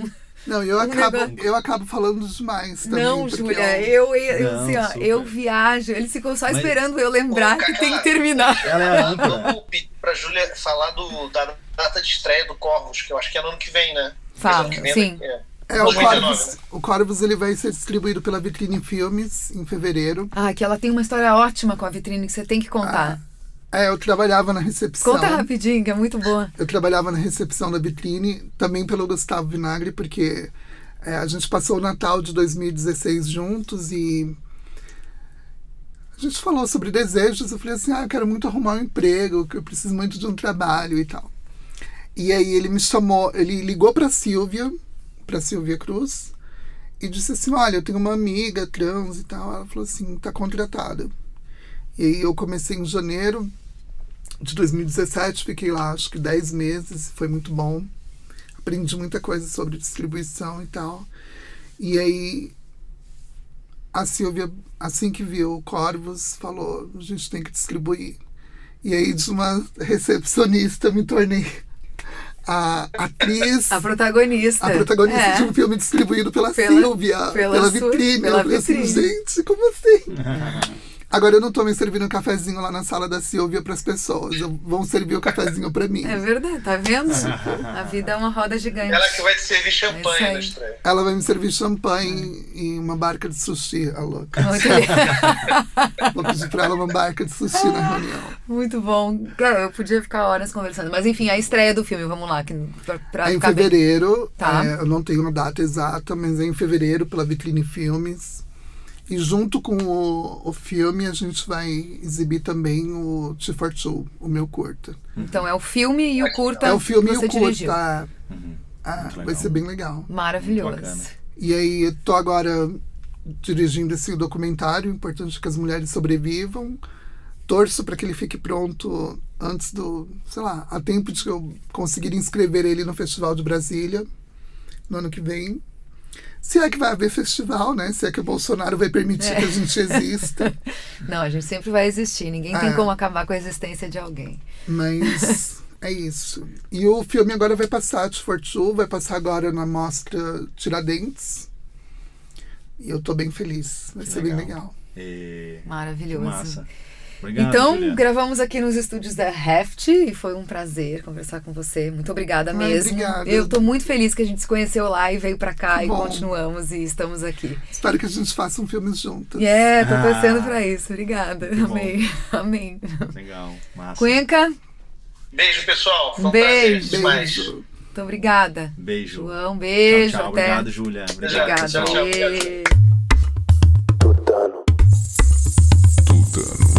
Não, eu Um acabo, negócio- eu acabo falando demais também. Não, porque Júlia, eu- eu, eu, Não, assim, ó, super. eu viajo. Ele ficou só Mas- esperando eu lembrar Ô, que Cacá, tem que terminar. Ela é a âncora. Vamos pedir pra Júlia falar do, da data de estreia do Corvus, que eu acho que é no ano que vem, né? Fala, Ano que vem, sim. É. É, o dois mil e dezenove, Corvus, né? o Corvus ele vai ser distribuído pela Vitrine Filmes em fevereiro. Ah, que ela tem uma história ótima com a vitrine que você tem que contar. É, eu trabalhava na recepção. Conta rapidinho, que é muito boa. Eu trabalhava na recepção da Vitrine, também pelo Gustavo Vinagre, porque é, a gente passou o Natal de dois mil e dezesseis juntos e a gente falou sobre desejos. Eu falei assim, ah, eu quero muito arrumar um emprego, que eu preciso muito de um trabalho e tal. E aí ele me chamou, ele ligou para Silvia, para Silvia Cruz, e disse assim, olha, eu tenho uma amiga trans e tal. Ela falou assim, tá contratada. E aí eu comecei em janeiro de dois mil e dezessete, fiquei lá acho que dez meses, foi muito bom. Aprendi muita coisa sobre distribuição e tal. E aí a Silvia, assim que viu o Corvus, falou, a gente tem que distribuir. E aí de uma recepcionista me tornei a atriz, A protagonista. a protagonista É. de um filme distribuído pela, Pela- Silvia, pela pela, sua- Vitrine. pela eu falei Vitrine. assim, gente, como assim? Agora eu não tô me servindo um cafezinho lá na sala da Silvia pras pessoas. Eu- Vão servir o cafezinho pra mim. É verdade, tá vendo? A vida é uma roda gigante. Ela que vai te servir É isso champanhe aí. na estreia. Ela vai me servir champanhe e uma barca de sushi, a louca. Muito, le- Vou pedir pra ela uma barca de sushi na reunião. muito bom. Cara, eu podia ficar horas conversando. Mas enfim, a estreia do filme, vamos lá. Que, pra, pra É em ficar bem- fevereiro, Tá. é, eu não tenho uma data exata, mas é em fevereiro pela Vitrine Filmes. E junto com o, o filme a gente vai exibir também o T for Two, o meu curta. Então é o filme e o curta É o filme que e você o curta. dirigiu. Ah, Uhum. ah, Muito vai legal. ser bem legal. Maravilhoso. Muito bacana. E aí eu tô agora dirigindo esse documentário, importante que as mulheres sobrevivam. Torço para que ele fique pronto antes do, sei lá, a tempo de eu conseguir inscrever ele no Festival de Brasília no ano que vem. Se é que vai haver festival, né? Se é que o Bolsonaro vai permitir É. que a gente exista. Não, a gente sempre vai existir. Ninguém tem É. como acabar com a existência de alguém. Mas é isso. E o filme agora vai passar, T for Two, vai passar agora na mostra Tiradentes. E eu tô bem feliz. Vai Que ser bem legal. legal. E... Maravilhoso. Massa. Obrigado, Então, Julia. gravamos aqui nos estúdios da Heft e foi um prazer conversar com você. Muito obrigada Ai, mesmo. obrigada. Eu tô muito feliz que a gente se conheceu lá e veio pra cá Que e bom. continuamos e estamos aqui. Espero que a gente faça um filme juntas. E é, tô Ah. torcendo pra isso. Obrigada. Que bom. Amei. Amém. Legal. Massa. Cuenca, Beijo, pessoal. Foi um Beijo. prazer demais. Beijo. muito obrigada. Beijo. João, beijo. Tchau, tchau. Até. Obrigado, Júlia. Obrigado. Obrigada. Tchau, tchau. Beijo. Tutano. Tutano.